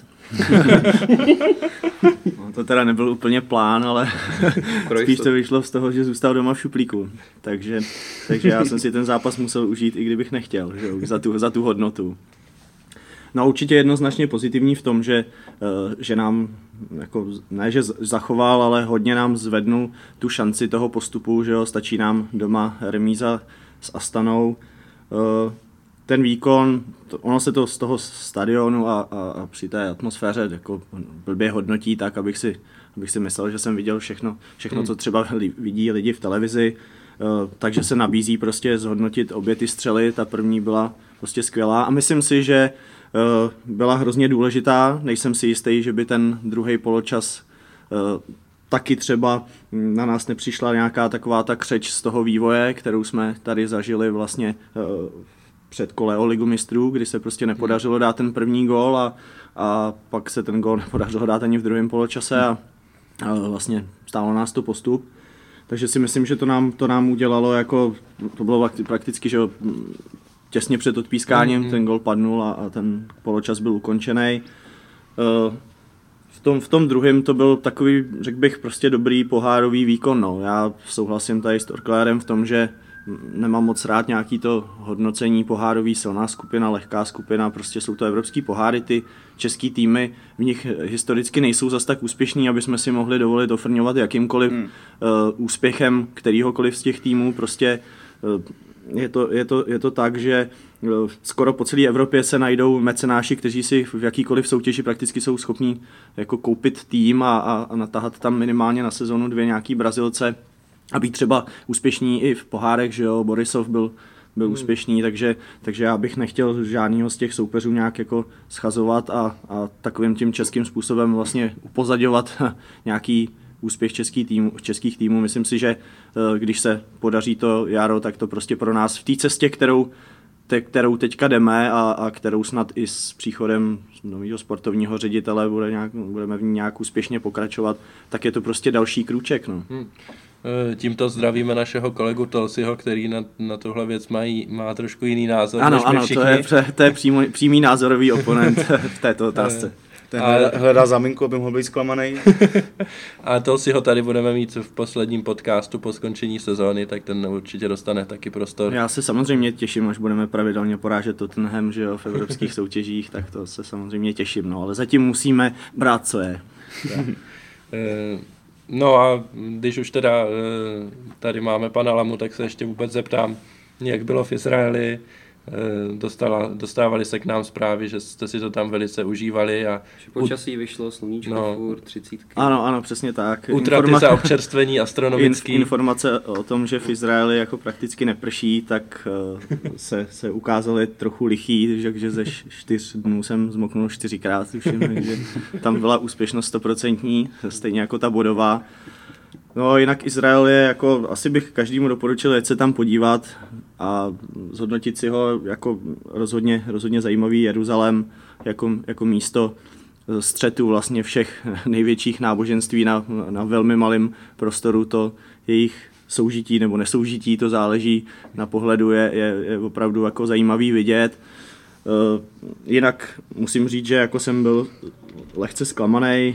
No, to teda nebyl úplně plán, ale spíš to vyšlo z toho, že zůstal doma v šuplíku. Takže já jsem si ten zápas musel užít, i kdybych nechtěl, že za tu hodnotu. No určitě jednoznačně pozitivní v tom, že nám, jako, ne že zachoval, ale hodně nám zvednul tu šanci toho postupu, že jo, stačí nám doma remíza s Astanou. Ten výkon, ono se to z toho stadionu a při té atmosféře jako blbě hodnotí tak, abych si myslel, že jsem viděl všechno, co třeba vidí lidi v televizi, takže se nabízí prostě zhodnotit obě ty střely, ta první byla prostě skvělá a myslím si, že byla hrozně důležitá, nejsem si jistý, že by ten druhý poločas taky třeba na nás nepřišla nějaká taková ta křeč z toho vývoje, kterou jsme tady zažili vlastně před kole o Ligu mistrů, kdy se prostě nepodařilo dát ten první gól a pak se ten gól nepodařilo dát ani v druhém poločase a vlastně stálo nás to postup. Takže si myslím, že to nám udělalo, jako to bylo prakticky, že těsně před odpískáním ten gol padnul a ten poločas byl ukončený. V tom druhém to byl takový, řekl bych, prostě dobrý pohárový výkon. No. Já souhlasím tady s Orklérem v tom, že nemám moc rád nějaký to hodnocení pohárový, silná skupina, lehká skupina, prostě jsou to evropský poháry, ty český týmy v nich historicky nejsou zas tak úspěšní, aby jsme si mohli dovolit ofrňovat jakýmkoliv úspěchem kterýhokoliv z těch týmů, prostě je to tak, že skoro po celé Evropě se najdou mecenáši, kteří si v jakýkoliv soutěži prakticky jsou schopní jako koupit tým a natahat tam minimálně na sezonu 2 nějaký Brazilce a být třeba úspěšní i v pohárech, že jo, Borisov byl úspěšný, takže já bych nechtěl žádnýho z těch soupeřů nějak jako schazovat a takovým tím českým způsobem vlastně upozaďovat nějaký úspěch českých týmů. Myslím si, že když se podaří to jaro, tak to prostě pro nás v té cestě, kterou teďka jdeme a kterou snad i s příchodem nového sportovního ředitele budeme v ní nějak úspěšně pokračovat, tak je to prostě další krůček. No. Tímto zdravíme našeho kolegu Tolsiho, který na tuhle věc má trošku jiný názor. Ano, to je přímý názorový oponent v této otázce. Ten hledá záminku, aby mohl být zklamaný. A Tolsiho tady budeme mít v posledním podcastu po skončení sezóny, tak ten určitě dostane taky prostor. Já se samozřejmě těším, až budeme pravidelně porážet Tottenham, že jo, v evropských soutěžích, tak to se samozřejmě těším, no, ale zatím musíme brát, co je. No a když už teda tady máme pana Lamu, tak se ještě vůbec zeptám, jak bylo v Izraeli. Dostávali se k nám zprávy, že jste si to tam velice užívali. A že počasí vyšlo, sluníčko, furt 30. Ano, přesně tak. Útraty za občerstvení astronomický. Informace o tom, že v Izraeli jako prakticky neprší, tak se ukázaly trochu lichý, že ze 4 dnů jsem zmoknul 4krát, tuším, takže tam byla úspěšnost 100%, stejně jako ta bodová. No jinak Izrael je jako, asi bych každému doporučil jet se tam podívat a zhodnotit si ho jako rozhodně zajímavý Jeruzalém jako místo střetu vlastně všech největších náboženství na velmi malém prostoru. To jejich soužití nebo nesoužití, to záleží na pohledu, je opravdu jako zajímavý vidět. Jinak musím říct, že jako jsem byl lehce zklamaný,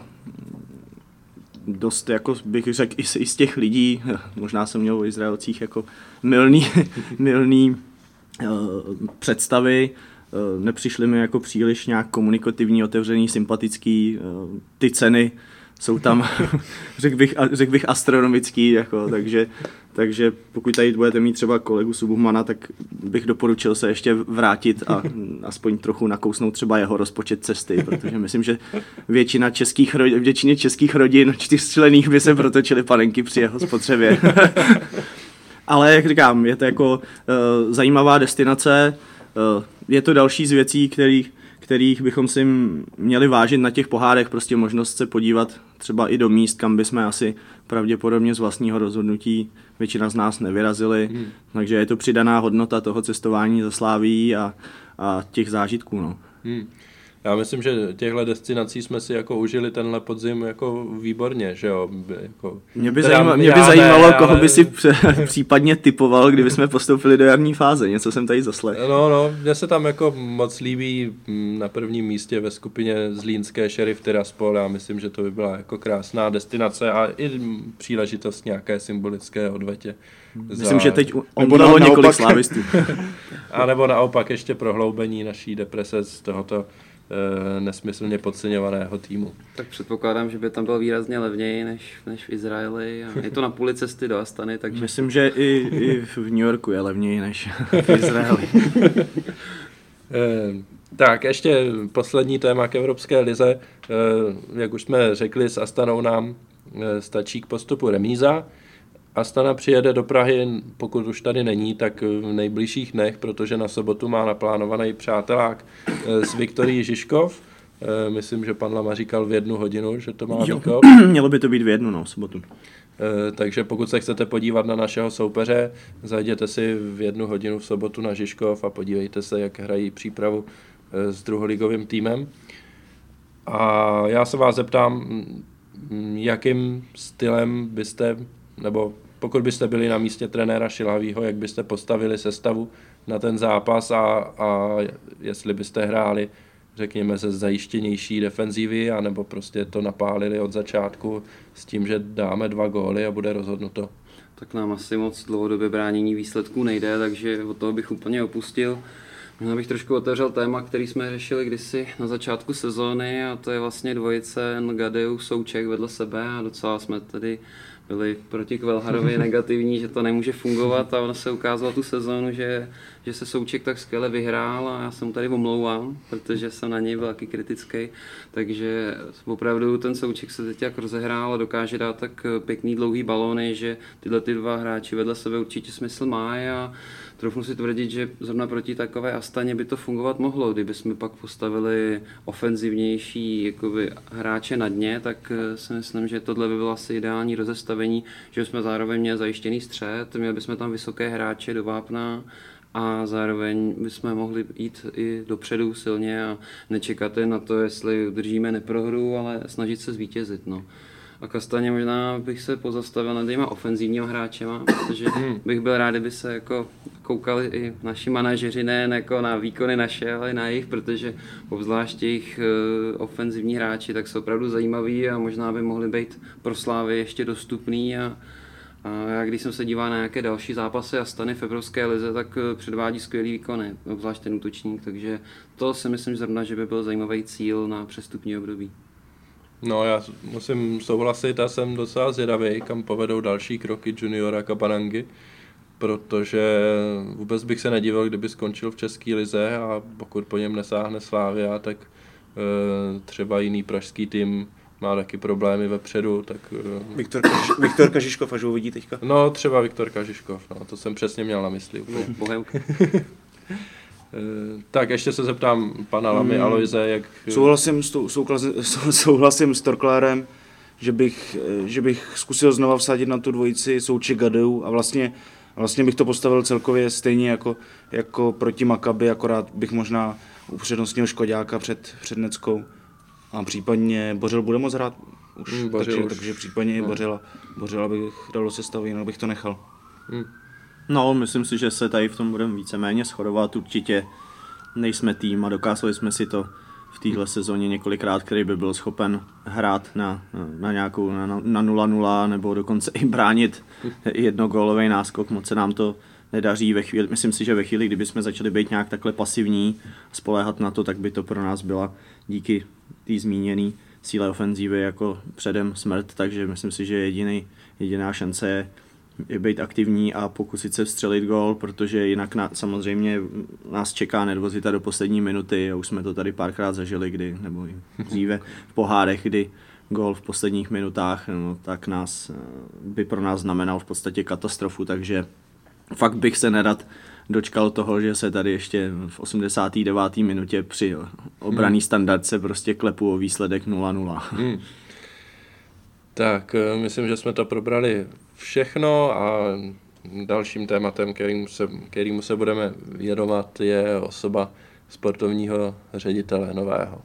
dost, jako bych řekl, i z těch lidí, možná jsem měl o Izraelcích jako mylný představy, nepřišly mi jako příliš nějak komunikativní, otevřený, sympatický, ty ceny jsou tam, řekl bych astronomický, jako, takže pokud tady budete mít třeba kolegu Subhumana, tak bych doporučil se ještě vrátit a aspoň trochu nakousnout třeba jeho rozpočet cesty, protože myslím, že většině českých rodin 4členných by se protočily panenky při jeho spotřebě. Ale jak říkám, je to jako zajímavá destinace, je to další z věcí, kterých bychom si měli vážit na těch pohárech, prostě možnost se podívat třeba i do míst, kam bychom asi pravděpodobně z vlastního rozhodnutí většina z nás nevyrazili, takže je to přidaná hodnota toho cestování za Slávií a těch zážitků. No. Já myslím, že těchto destinací jsme si jako užili tenhle podzim jako výborně, že jo. Jako, mě by zajímalo, koho by si případně typoval, kdyby jsme postoupili do jarní fáze. Něco jsem tady zaslechl. No, mně se tam jako moc líbí na prvním místě ve skupině zlínské Sheriff Tiraspol. Já myslím, že to by byla jako krásná destinace a i příležitost nějaké symbolické odvetě. Myslím, že teď omdalo několik slávistů. A nebo naopak ještě prohloubení naší deprese z tohoto nesmyslně podceňovaného týmu. Tak předpokládám, že by tam byl výrazně levněji než v Izraeli. A je to na půli cesty do Astany, takže... Myslím, že i v New Yorku je levněji než v Izraeli. Tak, ještě poslední téma k Evropské lize. Jak už jsme řekli, s Astanou nám stačí k postupu remíza. Astana přijede do Prahy, pokud už tady není, tak v nejbližších dnech, protože na sobotu má naplánovaný přátelák s Viktorií Žižkov. Myslím, že pan Lama říkal v 1 hodinu, že to má Vikov. Mělo by to být v 1, sobotu. Takže pokud se chcete podívat na našeho soupeře, zajděte si v 1 hodinu v sobotu na Žižkov a podívejte se, jak hrají přípravu s druholigovým týmem. A já se vás zeptám, jakým stylem byste, nebo pokud byste byli na místě trenéra Šilavýho, jak byste postavili sestavu na ten zápas a jestli byste hráli, řekněme, ze zajištěnější defenzívy, anebo prostě to napálili od začátku s tím, že dáme 2 góly a bude rozhodnuto. Tak nám asi moc dlouhodobě bránění výsledků nejde, takže od toho bych úplně opustil. Možná bych trošku otevřel téma, který jsme řešili kdysi na začátku sezóny, a to je vlastně dvojice Ngadeus Souček vedle sebe a docela jsme tedy byli proti Kvelharovi negativní, že to nemůže fungovat a ono se ukázalo tu sezónu, že se Souček tak skvěle vyhrál a já se mu tady omlouvám, protože jsem na něj byl taky kritický, takže opravdu ten Souček se teď jak rozehrál a dokáže dát tak pěkný dlouhý balóny, že tyhle ty dva hráči vedle sebe určitě smysl má a troufnu si tvrdit, že zrovna proti takové Astaně by to fungovat mohlo, kdyby jsme pak postavili ofenzivnější jakoby, hráče na dně, tak si myslím, že tohle by bylo asi ideální rozestavení, že jsme zároveň měli zajištěný střed, měli bychom tam vysoké hráče do vápna a zároveň bychom mohli jít i dopředu silně a nečekat na to, jestli udržíme neprohru, ale snažit se zvítězit. No. A Kastaně možná bych se pozastavil nad těma ofenzivníma hráčema, protože bych byl rád, kdyby se jako koukali i naši manažeři, nejen jako na výkony naše, ale i na jejich, protože obzvlášť jejich ofenzivní hráči tak jsou opravdu zajímaví a možná by mohli být pro Slávy ještě dostupný a já když jsem se díval na nějaké další zápasy a Astany v Evropské lize, tak předvádí skvělý výkony, obzvlášť ten útočník, takže to si myslím zrovna, že by byl zajímavý cíl na přestupní období. No, já musím souhlasit a jsem docela zvědavý, kam povedou další kroky juniora Kapanangy, protože vůbec bych se nedivil, kdyby skončil v české lize a pokud po něm nesáhne Slavia, tak třeba jiný pražský tým má taky problémy vepředu, tak... Viktor Kažiškov, až ho uvidí teďka. No, třeba Viktor Kažiškov, no, to jsem přesně měl na mysli úplně. Tak ještě se zeptám pana Lamy Aloise, jak... Souhlasím s Torklárem, že bych zkusil znova vsadit na tu dvojici Souček Gadeu a vlastně bych to postavil celkově stejně jako proti Makabi, akorát bych možná upřednostnil Škoďáka před Neckou a případně Bořil bude moc hrát už, takže případně i Bořila bych dal do sestavy, jinak bych to nechal. No, myslím si, že se tady v tom budeme víceméně shodovat. Určitě nejsme tým a dokázali jsme si to v téhle sezóně několikrát, který by byl schopen hrát na nějakou na 0-0 nebo dokonce i bránit jednogólový náskok. Moc se nám to nedaří ve chvíli. Myslím si, že ve chvíli, kdyby jsme začali být nějak takhle pasivní, spoléhat na to, tak by to pro nás byla díky té zmíněné síle ofenzívy jako předem smrt, takže myslím si, že jediná šance je být aktivní a pokusit se vstřelit gól, protože jinak samozřejmě nás čeká nervozita do poslední minuty a už jsme to tady párkrát zažili, nebo dříve v pohárech, kdy gól v posledních minutách, no, tak by pro nás znamenal v podstatě katastrofu, takže fakt bych se nerad dočkal toho, že se tady ještě v 89. minutě při obraný standardce prostě klepu o výsledek 0-0. Tak, myslím, že jsme to probrali všechno a dalším tématem, kterému se budeme věnovat, je osoba sportovního ředitele nového.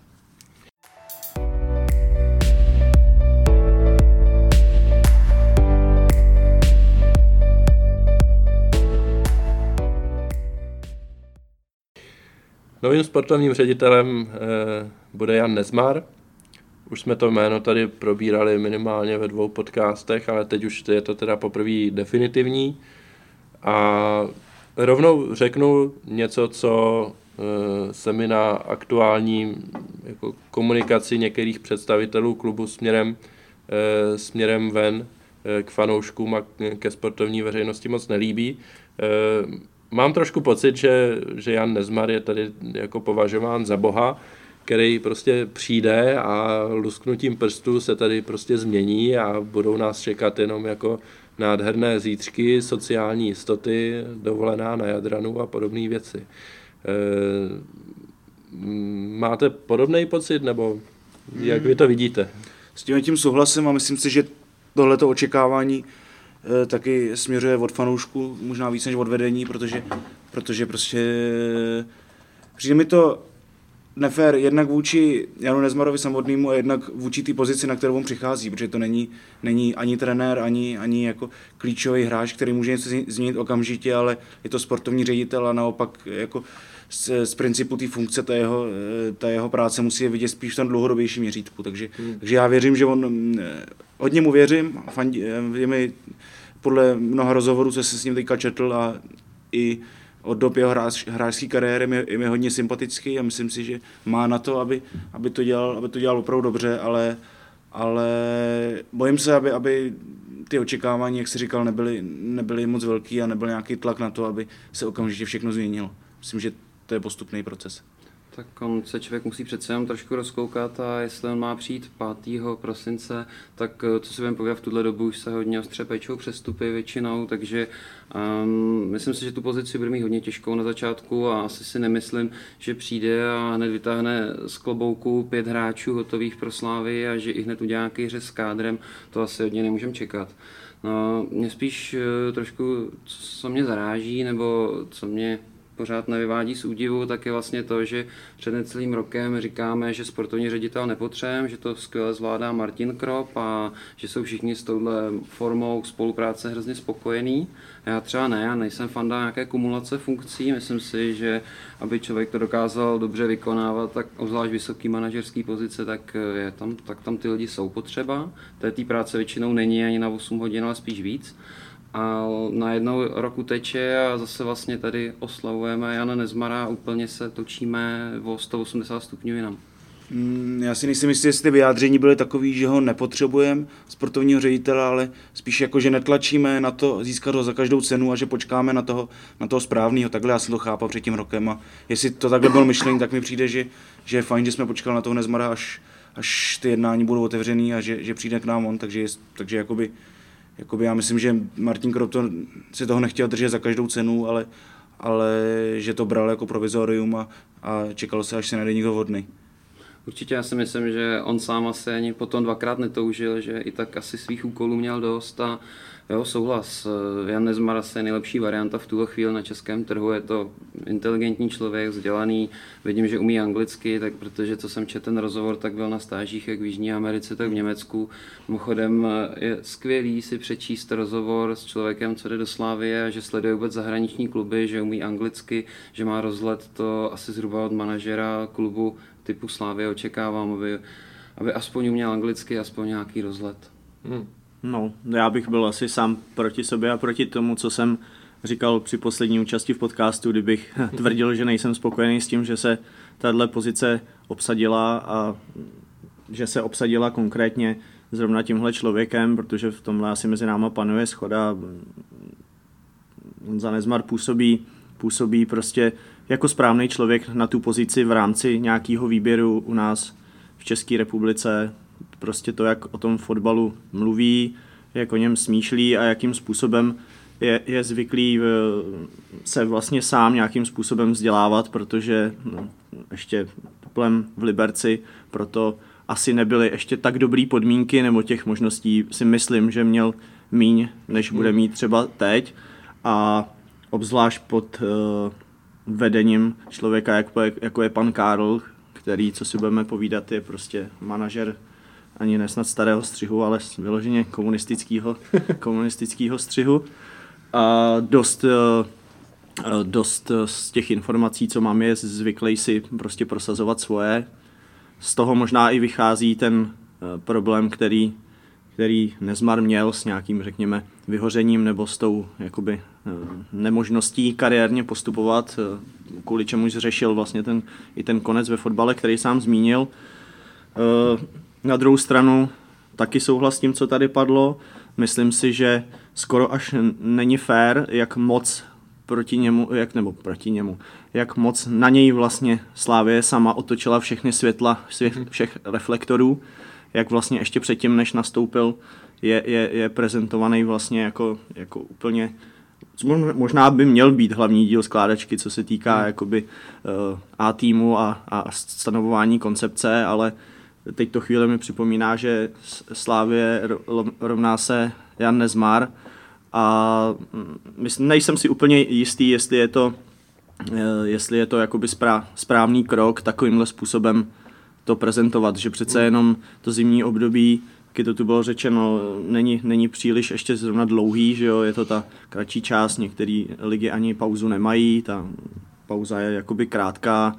Novým sportovním ředitelem bude Jan Nezmar. Už jsme to jméno tady probírali minimálně ve 2 podcastech, ale teď už je to teda poprvé definitivní. A rovnou řeknu něco, co se mi na aktuální jako komunikaci některých představitelů klubu směrem ven k fanouškům a ke sportovní veřejnosti moc nelíbí. Mám trošku pocit, že Jan Nezmar je tady jako považován za boha, který prostě přijde a lusknutím prstů se tady prostě změní a budou nás čekat jenom jako nádherné zítřky, sociální jistoty, dovolená na Jadranu a podobné věci. Máte podobný pocit, nebo jak vy to vidíte? S tím souhlasím a myslím si, že tohleto očekávání taky směřuje od fanoušku, možná víc než od vedení, protože prostě přijde mi to nefér jednak vůči Janu Nezmarovi samotnému a jednak vůči té pozici, na kterou on přichází, protože to není ani trenér, ani jako klíčový hráč, který může něco změnit okamžitě, ale je to sportovní ředitel a naopak jako z principu té funkce ta jeho práce musí je vidět spíš v tom dlouhodobějším měřítku. Takže já věřím, že hodně mu věřím, je mi podle mnoha rozhovorů, co se s ním teďka četl a i od dob jeho hráčské kariéry je mi hodně sympatický a myslím si, že má na to, aby to dělal opravdu dobře, ale bojím se, aby ty očekávání, jak jsi říkal, nebyly moc velký a nebyl nějaký tlak na to, aby se okamžitě všechno změnilo. Myslím, že to je postupný proces. Tak on se člověk musí přece jenom trošku rozkoukat a jestli on má přijít 5. prosince, tak co si budeme povědět, v tuhle dobu už se hodně ostře pečou přestupy většinou, takže myslím si, že tu pozici bude mít hodně těžkou na začátku a asi si nemyslím, že přijde a hned vytáhne z klobouku 5 hráčů hotových pro Slávy a že i hned udělá nějaký řez s kádrem, to asi hodně nemůžeme čekat. No, mě spíš trošku, co mě zaráží, nebo co mě pořád nevyvádí z údivu, tak je vlastně to, že před necelým rokem říkáme, že sportovní ředitel nepotřebujeme, že to skvěle zvládá Martin Krop a že jsou všichni s touhle formou spolupráce hrozně spokojení. Já třeba ne, já nejsem fanda nějaké kumulace funkcí, myslím si, že aby člověk to dokázal dobře vykonávat, tak obzvlášť vysoký manažerský pozice, tak tam ty lidi jsou potřeba. Té práce většinou není ani na 8 hodin, ale spíš víc. A najednou roku teče a zase vlastně tady oslavujeme Jana Nezmara a úplně se točíme o 180 stupňů jinam. Já si nejsem jistý, jestli ty vyjádření byly takový, že ho nepotřebujeme, sportovního ředitele, ale spíš jako, že netlačíme na to získat ho za každou cenu a že počkáme na toho správného. Takhle já jsem to chápal před tím rokem a jestli to takhle bylo myšlení, tak mi přijde, že je fajn, že jsme počkali na toho Nezmara, až ty jednání budou otevřený a že přijde k nám on, takže jakoby já myslím, že Martin Krop si toho nechtěl držet za každou cenu, ale že to bral jako provizorium a čekalo se, až se najde někdo vhodný. Určitě já si myslím, že on sám asi ani potom 2krát netoužil, že i tak asi svých úkolů měl dost a jo, souhlas. Jan Nezmar je nejlepší varianta v tuhle chvíli na českém trhu, je to inteligentní člověk, vzdělaný, vidím, že umí anglicky, tak protože co jsem četl ten rozhovor, tak byl na stážích jak v Jižní Americe, tak v Německu. Mimochodem je skvělý si přečíst rozhovor s člověkem, co jde do Slávie, že sleduje vůbec zahraniční kluby, že umí anglicky, že má rozhled, to asi zhruba od manažera klubu typu Slávie očekávám, aby aspoň uměl anglicky, aspoň nějaký rozhled. No, já bych byl asi sám proti sobě a proti tomu, co jsem říkal při poslední účasti v podcastu, kdybych tvrdil, že nejsem spokojený s tím, že se tahle pozice obsadila a že se obsadila konkrétně zrovna tímhle člověkem, protože v tomhle asi mezi náma panuje shoda. Honza Nezmar působí prostě jako správný člověk na tu pozici v rámci nějakého výběru u nás v České republice. Prostě to, jak o tom fotbalu mluví, jak o něm smýšlí a jakým způsobem je zvyklý se vlastně sám nějakým způsobem vzdělávat, protože ještě tuplem v Liberci, proto asi nebyly ještě tak dobrý podmínky, nebo těch možností si myslím, že měl míň, než bude mít třeba teď. A obzvlášť pod vedením člověka, jako je pan Karl, který, co si budeme povídat, je prostě manažer ani ne snad starého střihu, ale vyloženě komunistického střihu. A dost z těch informací, co mám, je zvyklý si prostě prosazovat svoje. Z toho možná i vychází ten problém, který Nezmar měl s nějakým, řekněme, vyhořením nebo s tou jakoby nemožností kariérně postupovat, kvůli čemu řešil vlastně ten konec ve fotbale, který sám zmínil. Na druhou stranu taky souhlas s tím, co tady padlo. Myslím si, že skoro až není fér, jak moc jak moc na něj vlastně Slavie sama otočila všechny světla všech reflektorů, jak vlastně ještě předtím, než nastoupil, je prezentovaný vlastně jako úplně, možná by měl být hlavní díl skládačky, co se týká jakoby A týmu a stanovování koncepce, ale teď to chvíli mi připomíná, že Slavie rovná se Jan Nezmar a nejsem si úplně jistý, jestli je to jakoby správný krok takovýmhle způsobem to prezentovat, že přece jenom to zimní období, jak to tu bylo řečeno, není příliš ještě zrovna dlouhý, že jo, je to ta kratší část, některé ligy ani pauzu nemají, ta pauza je jakoby krátká.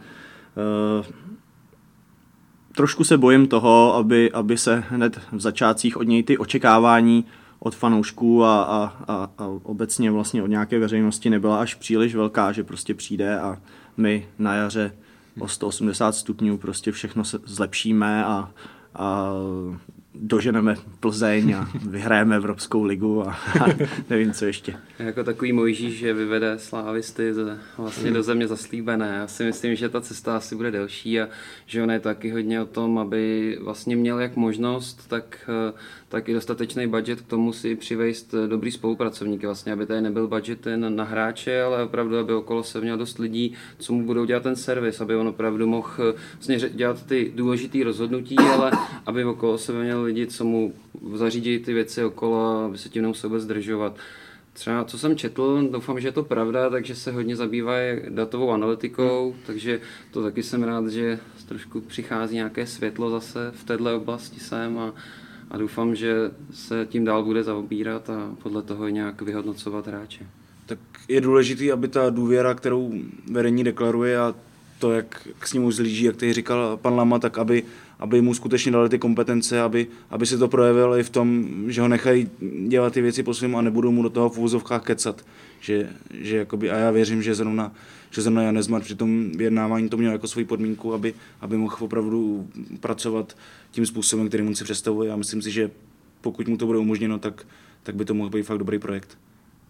Trošku se bojím toho, aby se hned v začátcích od něj ty očekávání od fanoušků a obecně vlastně od nějaké veřejnosti nebyla až příliš velká, že prostě přijde a my na jaře o 180 stupňů prostě všechno se zlepšíme a doženeme Plzeň a vyhrajeme Evropskou ligu a nevím, co ještě. Jako takový Mojžíš, že vyvede slávisty vlastně do země zaslíbené. Já si myslím, že ta cesta asi bude delší a že on je taky hodně o tom, aby vlastně měl jak možnost, tak i dostatečný budget k tomu si přivést dobrý spolupracovníky, vlastně, aby tady nebyl budget jen na hráče, ale opravdu, aby okolo se měl dost lidí, co mu budou dělat ten servis, aby on opravdu mohl vlastně dělat ty důležité rozhodnutí, ale aby okolo sebe měl lidi, co mu zařídí ty věci okolo, aby se tím nemusel vůbec zdržovat. Třeba co jsem četl, doufám, že je to pravda, takže se hodně zabývají datovou analytikou, takže to taky jsem rád, že trošku přichází nějaké světlo zase v této oblasti sem a doufám, že se tím dál bude zaobírat a podle toho nějak vyhodnocovat hráče. Tak je důležitý, aby ta důvěra, kterou vedení deklaruje a to, jak s ním zlíží, jak tady říkal pan Lama, tak aby mu skutečně dali ty kompetence, aby se to projevilo i v tom, že ho nechají dělat ty věci po svým a nebudou mu do toho v úvozovkách kecat. Že jakoby, a já věřím, že zrovna Jan Nezmar při tom vyjednávání to měl jako svoji podmínku, aby mohl opravdu pracovat tím způsobem, který mu si představuje. A myslím si, že pokud mu to bude umožněno, tak by to mohl být fakt dobrý projekt.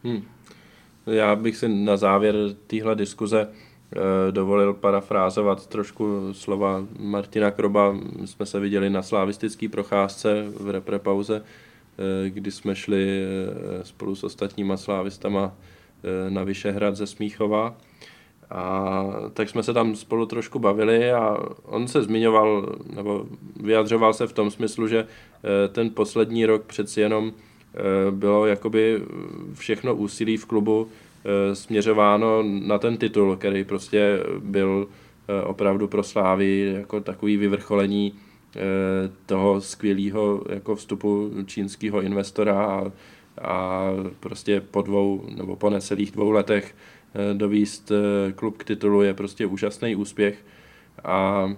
Já bych si na závěr téhle diskuze dovolil parafrázovat trošku slova Martina Kroba. Jsme se viděli na slavistické procházce v reprepauze, kdy jsme šli spolu s ostatníma slávistama na Vyšehrad ze Smíchova. A tak jsme se tam spolu trošku bavili a on se zmiňoval, nebo vyjadřoval se v tom smyslu, že ten poslední rok přeci jenom bylo jakoby všechno úsilí v klubu směřováno na ten titul, který prostě byl opravdu pro Slávy jako takový vyvrcholení toho skvělého jako vstupu čínského investora a prostě po necelých 2 letech dovíst klub k titulu je prostě úžasný úspěch a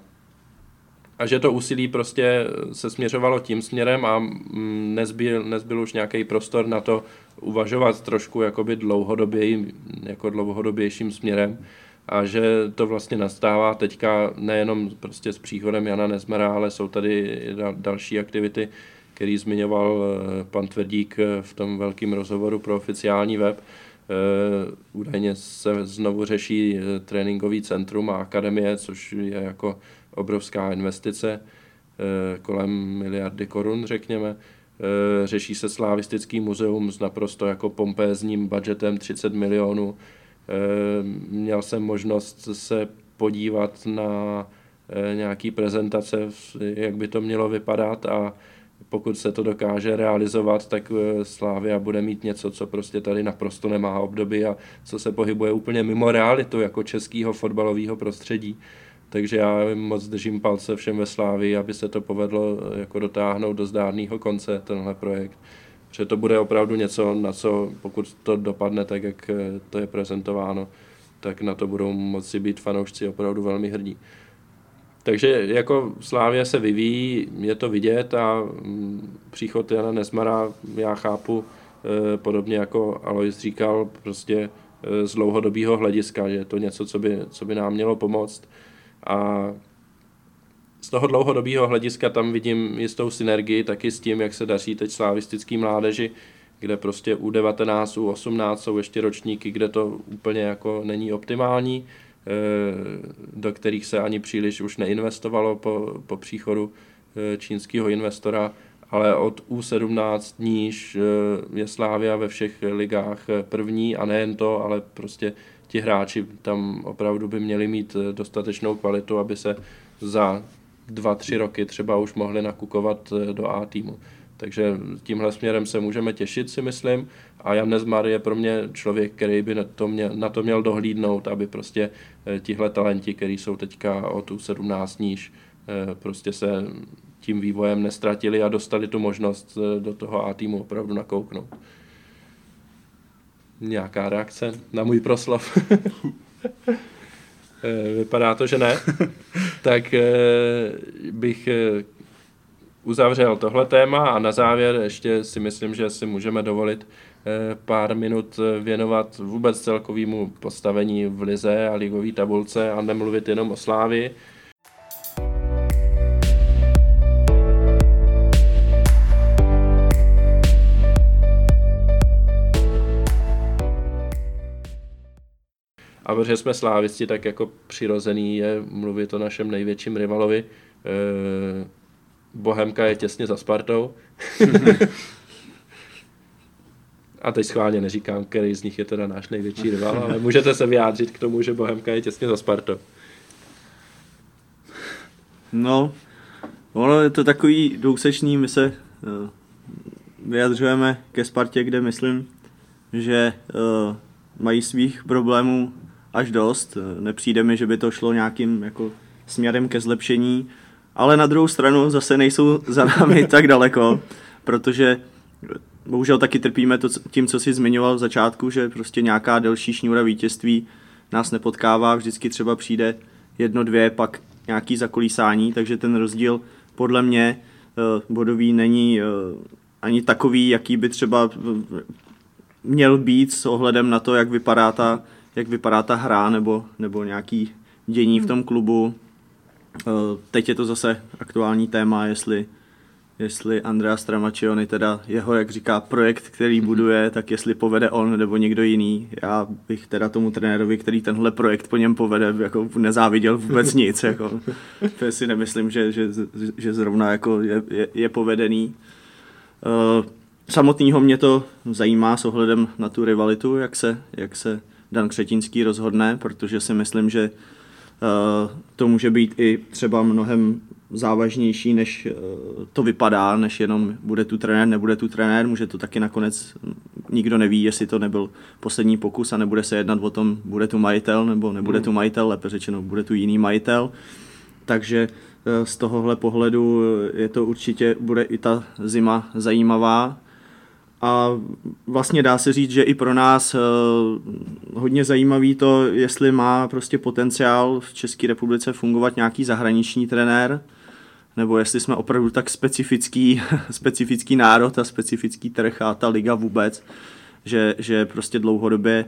že to úsilí prostě se směřovalo tím směrem a nezbyl už nějaký prostor na to uvažovat trošku jakoby dlouhodobějším směrem a že to vlastně nastává teďka nejenom prostě s příchodem Jana Nezmara, ale jsou tady další aktivity, který zmiňoval pan Tvrdík v tom velkém rozhovoru pro oficiální web. Údajně se znovu řeší tréninkový centrum a akademie, což je jako obrovská investice, kolem 1 miliardy korun, řekněme. Řeší se slavistický muzeum s naprosto jako pompézním budgetem 30 milionů. Měl jsem možnost se podívat na nějaký prezentace, jak by to mělo vypadat a pokud se to dokáže realizovat, tak Slavia bude mít něco, co prostě tady naprosto nemá obdoby a co se pohybuje úplně mimo realitu jako českého fotbalového prostředí. Takže já moc držím palce všem ve Slavii, aby se to povedlo jako dotáhnout do zdárného konce tenhle projekt. Protože to bude opravdu něco, na co pokud to dopadne tak, jak to je prezentováno, tak na to budou moci být fanoušci opravdu velmi hrdí. Takže jako Slavia se vyvíjí, je to vidět a příchod Jana Nezmara já chápu podobně jako Alois říkal, prostě z dlouhodobého hlediska, že je to něco, co by nám mělo pomoct. A z toho dlouhodobého hlediska tam vidím jistou synergii taky s tím, jak se daří teď slavistický mládeži, kde prostě U19, U18 jsou ještě ročníky, kde to úplně jako není optimální, do kterých se ani příliš už neinvestovalo po příchodu čínského investora, ale od U17 níž je Slavia ve všech ligách první a nejen to, ale prostě ti hráči tam opravdu by měli mít dostatečnou kvalitu, aby se za 2-3 roky třeba už mohli nakukovat do A týmu. Takže tímhle směrem se můžeme těšit, si myslím. A Jan Nezmar je pro mě člověk, který by na to měl dohlídnout, aby prostě tihle talenti, který jsou teďka od U17 níž, prostě se tím vývojem nestratili a dostali tu možnost do toho A týmu opravdu nakouknout. Nějaká reakce na můj proslov? Vypadá to, že ne. Tak bych uzavřel tohle téma a na závěr ještě si myslím, že si můžeme dovolit pár minut věnovat vůbec celkovému postavení v lize a ligové tabulce a nemluvit jenom o Slavii. A protože jsme slávisti, tak jako přirozený je mluvit o našem největším rivalovi. Bohemka je těsně za Spartou. A teď schválně neříkám, který z nich je teda náš největší rival, ale můžete se vyjádřit k tomu, že Bohemka je těsně za Spartou. No, ono je to takový dvousečný, my se vyjadřujeme ke Spartě, kde myslím, že mají svých problémů až dost. Nepřijde mi, že by to šlo nějakým jako směrem ke zlepšení, ale na druhou stranu zase nejsou za námi tak daleko, protože bohužel taky trpíme tím, co jsi zmiňoval v začátku, že prostě nějaká delší šňůra vítězství nás nepotkává, vždycky třeba přijde 1, 2, pak nějaký zakolísání, takže ten rozdíl podle mě bodový není ani takový, jaký by třeba měl být s ohledem na to, jak vypadá ta hra nebo nějaký dění v tom klubu. Teď je to zase aktuální téma, jestli Andrea Stramaccioni, teda jeho, jak říká, projekt, který buduje, tak jestli povede on nebo někdo jiný. Já bych teda tomu trenérovi, který tenhle projekt po něm povede, jako nezáviděl vůbec nic. Jako. To si nemyslím, že zrovna jako je povedený. Samotného mě to zajímá s ohledem na tu rivalitu, jak se Dan Křetínský rozhodne, protože si myslím, že to může být i třeba mnohem závažnější, než to vypadá, než jenom bude tu trenér, nebude tu trenér, může to taky nakonec, nikdo neví, jestli to nebyl poslední pokus a nebude se jednat o tom, bude tu majitel nebo nebude tu majitel, lépe řečeno, bude tu jiný majitel. Takže z tohohle pohledu je to určitě, bude i ta zima zajímavá. A vlastně dá se říct, že i pro nás hodně zajímavý to, jestli má prostě potenciál v České republice fungovat nějaký zahraniční trenér, nebo jestli jsme opravdu tak specifický národ a specifický trh a ta liga vůbec, že prostě dlouhodobě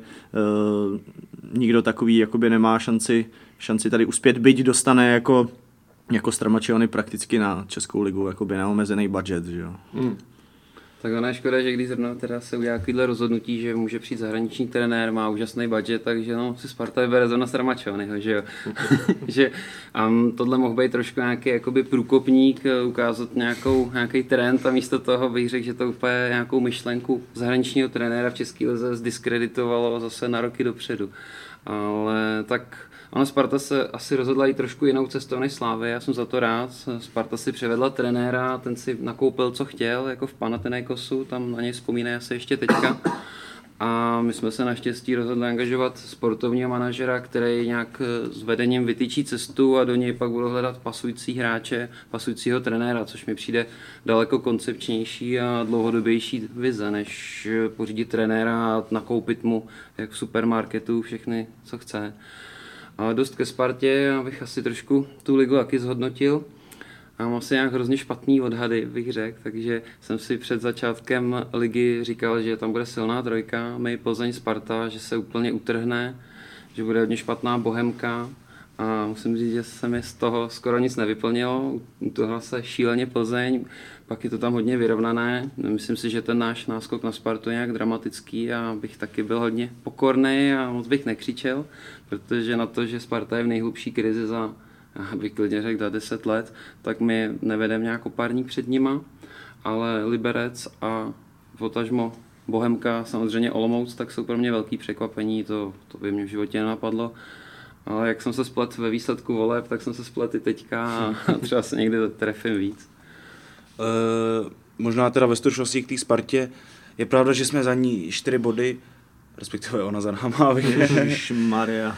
nikdo takový jakoby nemá šanci tady uspět, byť dostane jako Stramaccioni prakticky na Českou ligu jakoby neomezený budget, že jo. Tak ona je škoda, že když zrovna teda se udělá takovýhle rozhodnutí, že může přijít zahraniční trenér, má úžasný budget, takže no, si Sparta vybere zrovna Stramaccioniho, že jo. Že tohle mohl být trošku nějaký jakoby průkopník, ukázat nějaký trend a místo toho bych řekl, že to úplně nějakou myšlenku zahraničního trenéra v České lize zdiskreditovalo zase na roky dopředu. Ale tak ona Sparta se asi rozhodla i trošku jinou cestou než Slávy, já jsem za to rád. Sparta si přivedla trenéra, ten si nakoupil, co chtěl, jako v Panathinaikosu, tam na něj vzpomínají asi ještě teďka. A my jsme se naštěstí rozhodli angažovat sportovního manažera, který nějak s vedením vytýčí cestu a do něj pak budou hledat pasující hráče, pasujícího trenéra, což mi přijde daleko koncepčnější a dlouhodobější vize, než pořídit trenéra a nakoupit mu jak v supermarketu všechny, co chce. Ale dost ke Spartě, abych asi trošku tu ligu taky zhodnotil. A mám asi nějak hrozně špatný odhady, bych řekl, takže jsem si před začátkem ligy říkal, že tam bude silná trojka, Plzeň, Sparta, že se úplně utrhne, že bude hodně špatná Bohemka a musím říct, že se mi z toho skoro nic nevyplnilo, utrhla se šíleně Plzeň, pak je to tam hodně vyrovnané, myslím si, že ten náš náskok na Spartu je nějak dramatický a bych taky byl hodně pokorný a moc bych nekřičel, protože na to, že Sparta je v nejhlubší krizi za, já bych klidně řekl, za 10 let, tak my nevedeme nějak párník před nima, ale Liberec a potažmo Bohemka, samozřejmě Olomouc, tak jsou pro mě velký překvapení, to by mě v životě nenapadlo. Ale jak jsem se splet ve výsledku voleb, tak jsem se splet i teďka a třeba se někdy trefím víc. Možná teda ve stručnosti k té Spartě. Je pravda, že jsme za ní 4 body, respektive ona za náma. Maria.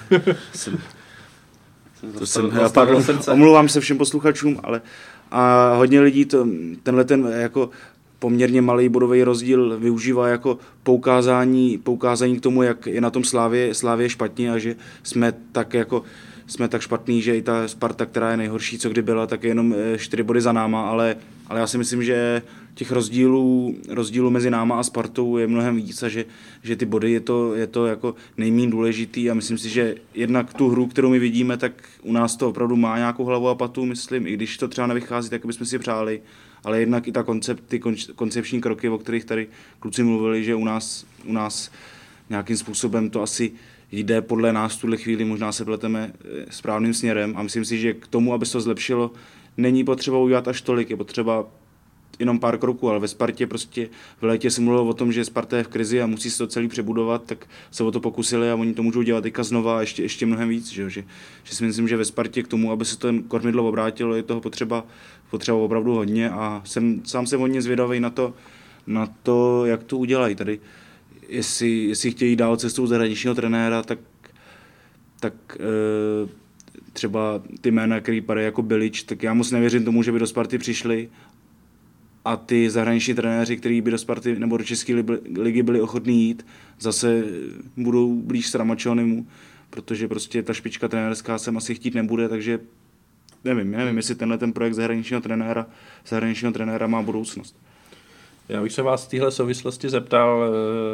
Omlouvám se všem posluchačům, ale a hodně lidí tenhle jako poměrně malý bodový rozdíl využívá jako poukázání k tomu, jak je na tom Slávě špatně a že jsme tak špatný, že i ta Sparta, která je nejhorší, co kdy byla, tak je jenom 4 body za náma, ale já si myslím, že těch rozdílů mezi náma a Spartou je mnohem víc a že ty body je to jako nejméně důležitý a myslím si, že jednak tu hru, kterou my vidíme, tak u nás to opravdu má nějakou hlavu a patu, myslím, i když to třeba nevychází, tak bychom si přáli, ale jednak i ty koncepční kroky, o kterých tady kluci mluvili, že u nás nějakým způsobem to asi jde podle nás v tuhle chvíli, možná se pleteme správným směrem a myslím si, že k tomu, aby se to zlepšilo, není potřeba udělat až tolik, je potřeba jenom pár kroků, ale ve Spartě prostě v létě se mluvilo o tom, že Sparta je v krizi a musí se to celý přebudovat, tak se o to pokusili a oni to můžou dělat teďka znova a ještě mnohem víc, že si myslím, že ve Spartě k tomu, aby se to kormidlo obrátilo, je toho potřeba opravdu hodně a sám jsem hodně zvědavý na to, jak to udělají tady. Jestli chtějí dál cestou zahraničního trenéra, tak třeba ty jména, který padají jako Bilič, tak já moc nevěřím tomu, že by do Sparty přišli a ty zahraniční trenéři, kteří by do Sparty nebo do České ligy byli ochotní jít, zase budou blíž Sramačonimu, protože prostě ta špička trenérská sem asi chtít nebude, takže nevím, jestli ten projekt zahraničního trenéra má budoucnost. Já bych se vás v téhle souvislosti zeptal,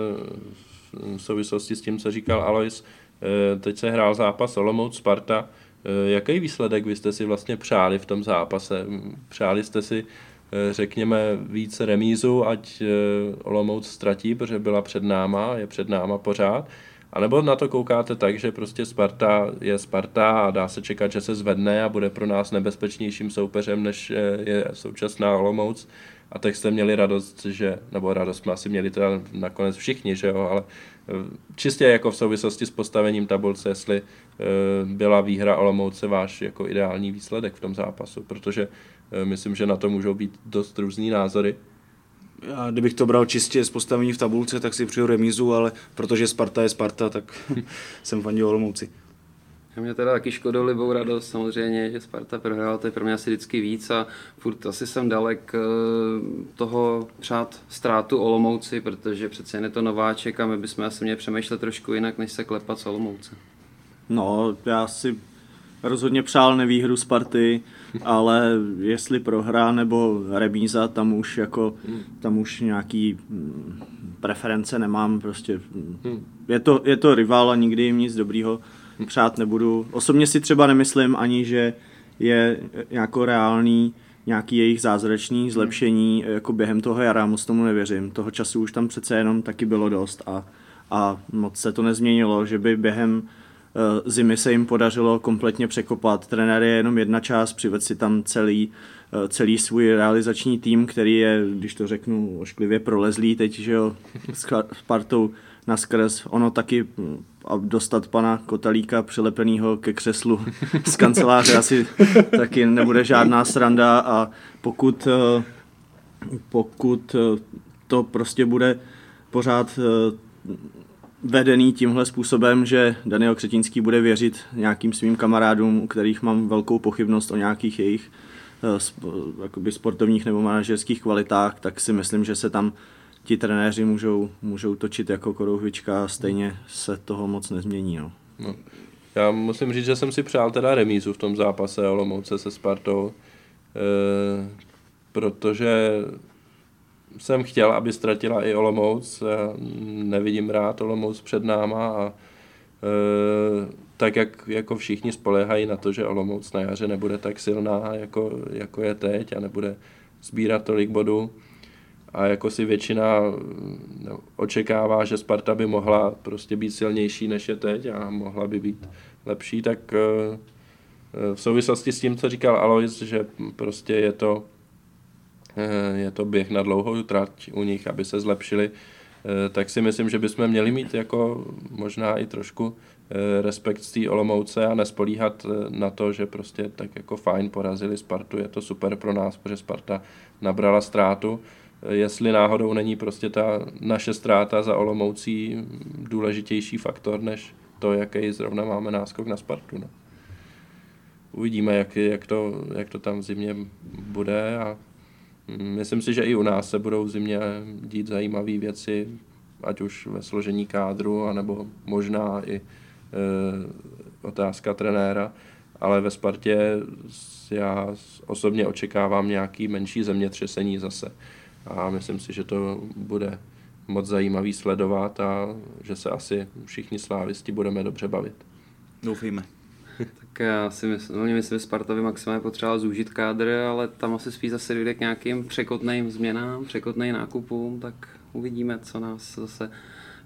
v souvislosti s tím, co říkal Alois, teď se hrál zápas Olomouc-Sparta. Jaký výsledek byste si vlastně přáli v tom zápase? Přáli jste si, řekněme, víc remízu, ať Olomouc ztratí, protože byla před náma, je před náma pořád? A nebo na to koukáte tak, že prostě Sparta je Sparta a dá se čekat, že se zvedne a bude pro nás nebezpečnějším soupeřem, než je současná Olomouc? A tak jste měli radost, nebo radost jsme asi měli teda nakonec všichni, že jo, ale čistě jako v souvislosti s postavením tabulce, jestli byla výhra Olomouce váš jako ideální výsledek v tom zápasu, protože myslím, že na to můžou být dost různý názory. Já, kdybych to bral čistě z postavení v tabulce, tak si přijdu remízu, ale protože Sparta je Sparta, tak jsem fandil Olomouci. Já mě teda taky škodolibou radost samozřejmě, že Sparta prohrála, to je pro mě asi vždycky víc a furt asi jsem dalek toho přát ztrátu Olomouci, protože přece jen je to nováček a my bychom asi měli přemýšlet trošku jinak, než se klepat s Olomouci. No, já si rozhodně přál nevýhru Sparty, ale jestli prohra nebo remíza, tam už nějaký preference nemám, prostě je to rival a nikdy jim nic dobrýho přát nebudu. Osobně si třeba nemyslím ani, že je jako reálný nějaký jejich zázračný zlepšení jako během toho jara, moc tomu nevěřím. Toho času už tam přece jenom taky bylo dost a moc se to nezměnilo, že by během zimy se jim podařilo kompletně překopat. Trenér je jenom jedna část, přived si tam celý svůj realizační tým, který je, když to řeknu ošklivě, prolezlý teď, že jo, s Spartou naskrz. Ono taky a dostat pana Kotalíka přilepenýho ke křeslu z kanceláře asi taky nebude žádná sranda a pokud to prostě bude pořád vedený tímhle způsobem, že Daniel Křetínský bude věřit nějakým svým kamarádům, u kterých mám velkou pochybnost o nějakých jejich sportovních nebo manažerských kvalitách, tak si myslím, že se tam ti trenéři můžou točit jako korouhvička a stejně se toho moc nezmění. No. Já musím říct, že jsem si přál teda remízu v tom zápase Olomouce se Spartou, protože jsem chtěl, aby ztratila i Olomouc. Nevidím rád Olomouc před náma a tak jako všichni spoléhají na to, že Olomouc na jaře nebude tak silná, jako je teď a nebude sbírat tolik bodů. A jako si většina očekává, že Sparta by mohla prostě být silnější, než je teď a mohla by být lepší, tak v souvislosti s tím, co říkal Alois, že prostě je to běh na dlouhou trať u nich, aby se zlepšili, tak si myslím, že bychom měli mít jako možná i trošku respekt z té Olomouce a nespolíhat na to, že prostě tak jako fajn porazili Spartu, je to super pro nás, protože Sparta nabrala ztrátu. Jestli náhodou není prostě ta naše ztráta za Olomoucí důležitější faktor, než to, jaký zrovna máme náskok na Spartu. No. Uvidíme, jak to tam v zimě bude a myslím si, že i u nás se budou v zimě dít zajímavé věci, ať už ve složení kádru, anebo možná i otázka trenéra, ale ve Spartě já osobně očekávám nějaký menší zemětřesení zase. A myslím si, že to bude moc zajímavý sledovat a že se asi všichni slávisti budeme dobře bavit. Doufejme. Tak já si myslím, že Sparta by maximálně potřebovala zúžit kádr, ale tam asi spíš zase dojde k nějakým překotným změnám, překotným nákupům, tak uvidíme, co nás zase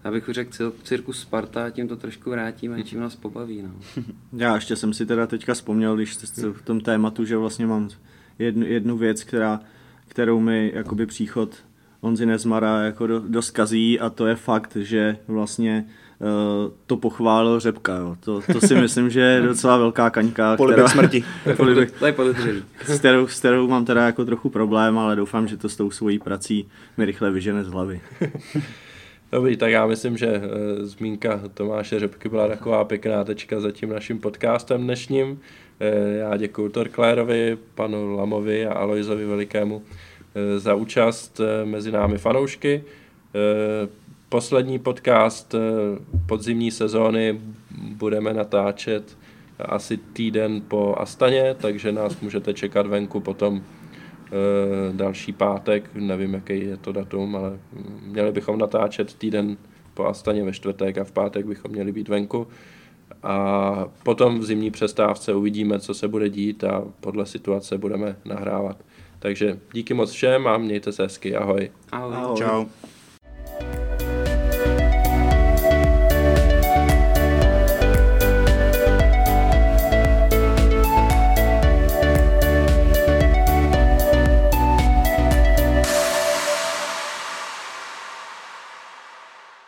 Já bych řekl cirkus Sparta, tím to trošku vrátíme, čím nás pobaví. No. Já ještě jsem si teda teďka vzpomněl, když jste v tom tématu, že vlastně mám jednu věc, kterou mi jakoby příchod Honzy Nezmara jako dost kazí, a to je fakt, že vlastně to pochválil Řepka. Jo. To si myslím, že je docela velká kaňka. Polibek smrti. To je podezřelý. S kterou mám teda jako trochu problém, ale doufám, že to s tou svojí prací mi rychle vyžene z hlavy. Dobrý, tak já myslím, že zmínka Tomáše Řepky byla taková pěkná tečka za tím naším podcastem dnešním. Já děkuju Torklérovi, panu Lamovi a Alojzovi Velikému za účast mezi námi fanoušky. Poslední podcast podzimní sezóny budeme natáčet asi týden po Astaně, takže nás můžete čekat venku potom další pátek, nevím, jaký je to datum, ale měli bychom natáčet týden po Astaně ve čtvrtek a v pátek bychom měli být venku. A potom v zimní přestávce uvidíme, co se bude dít a podle situace budeme nahrávat. Takže díky moc všem a mějte se hezky. Ahoj. Ahoj. Čau.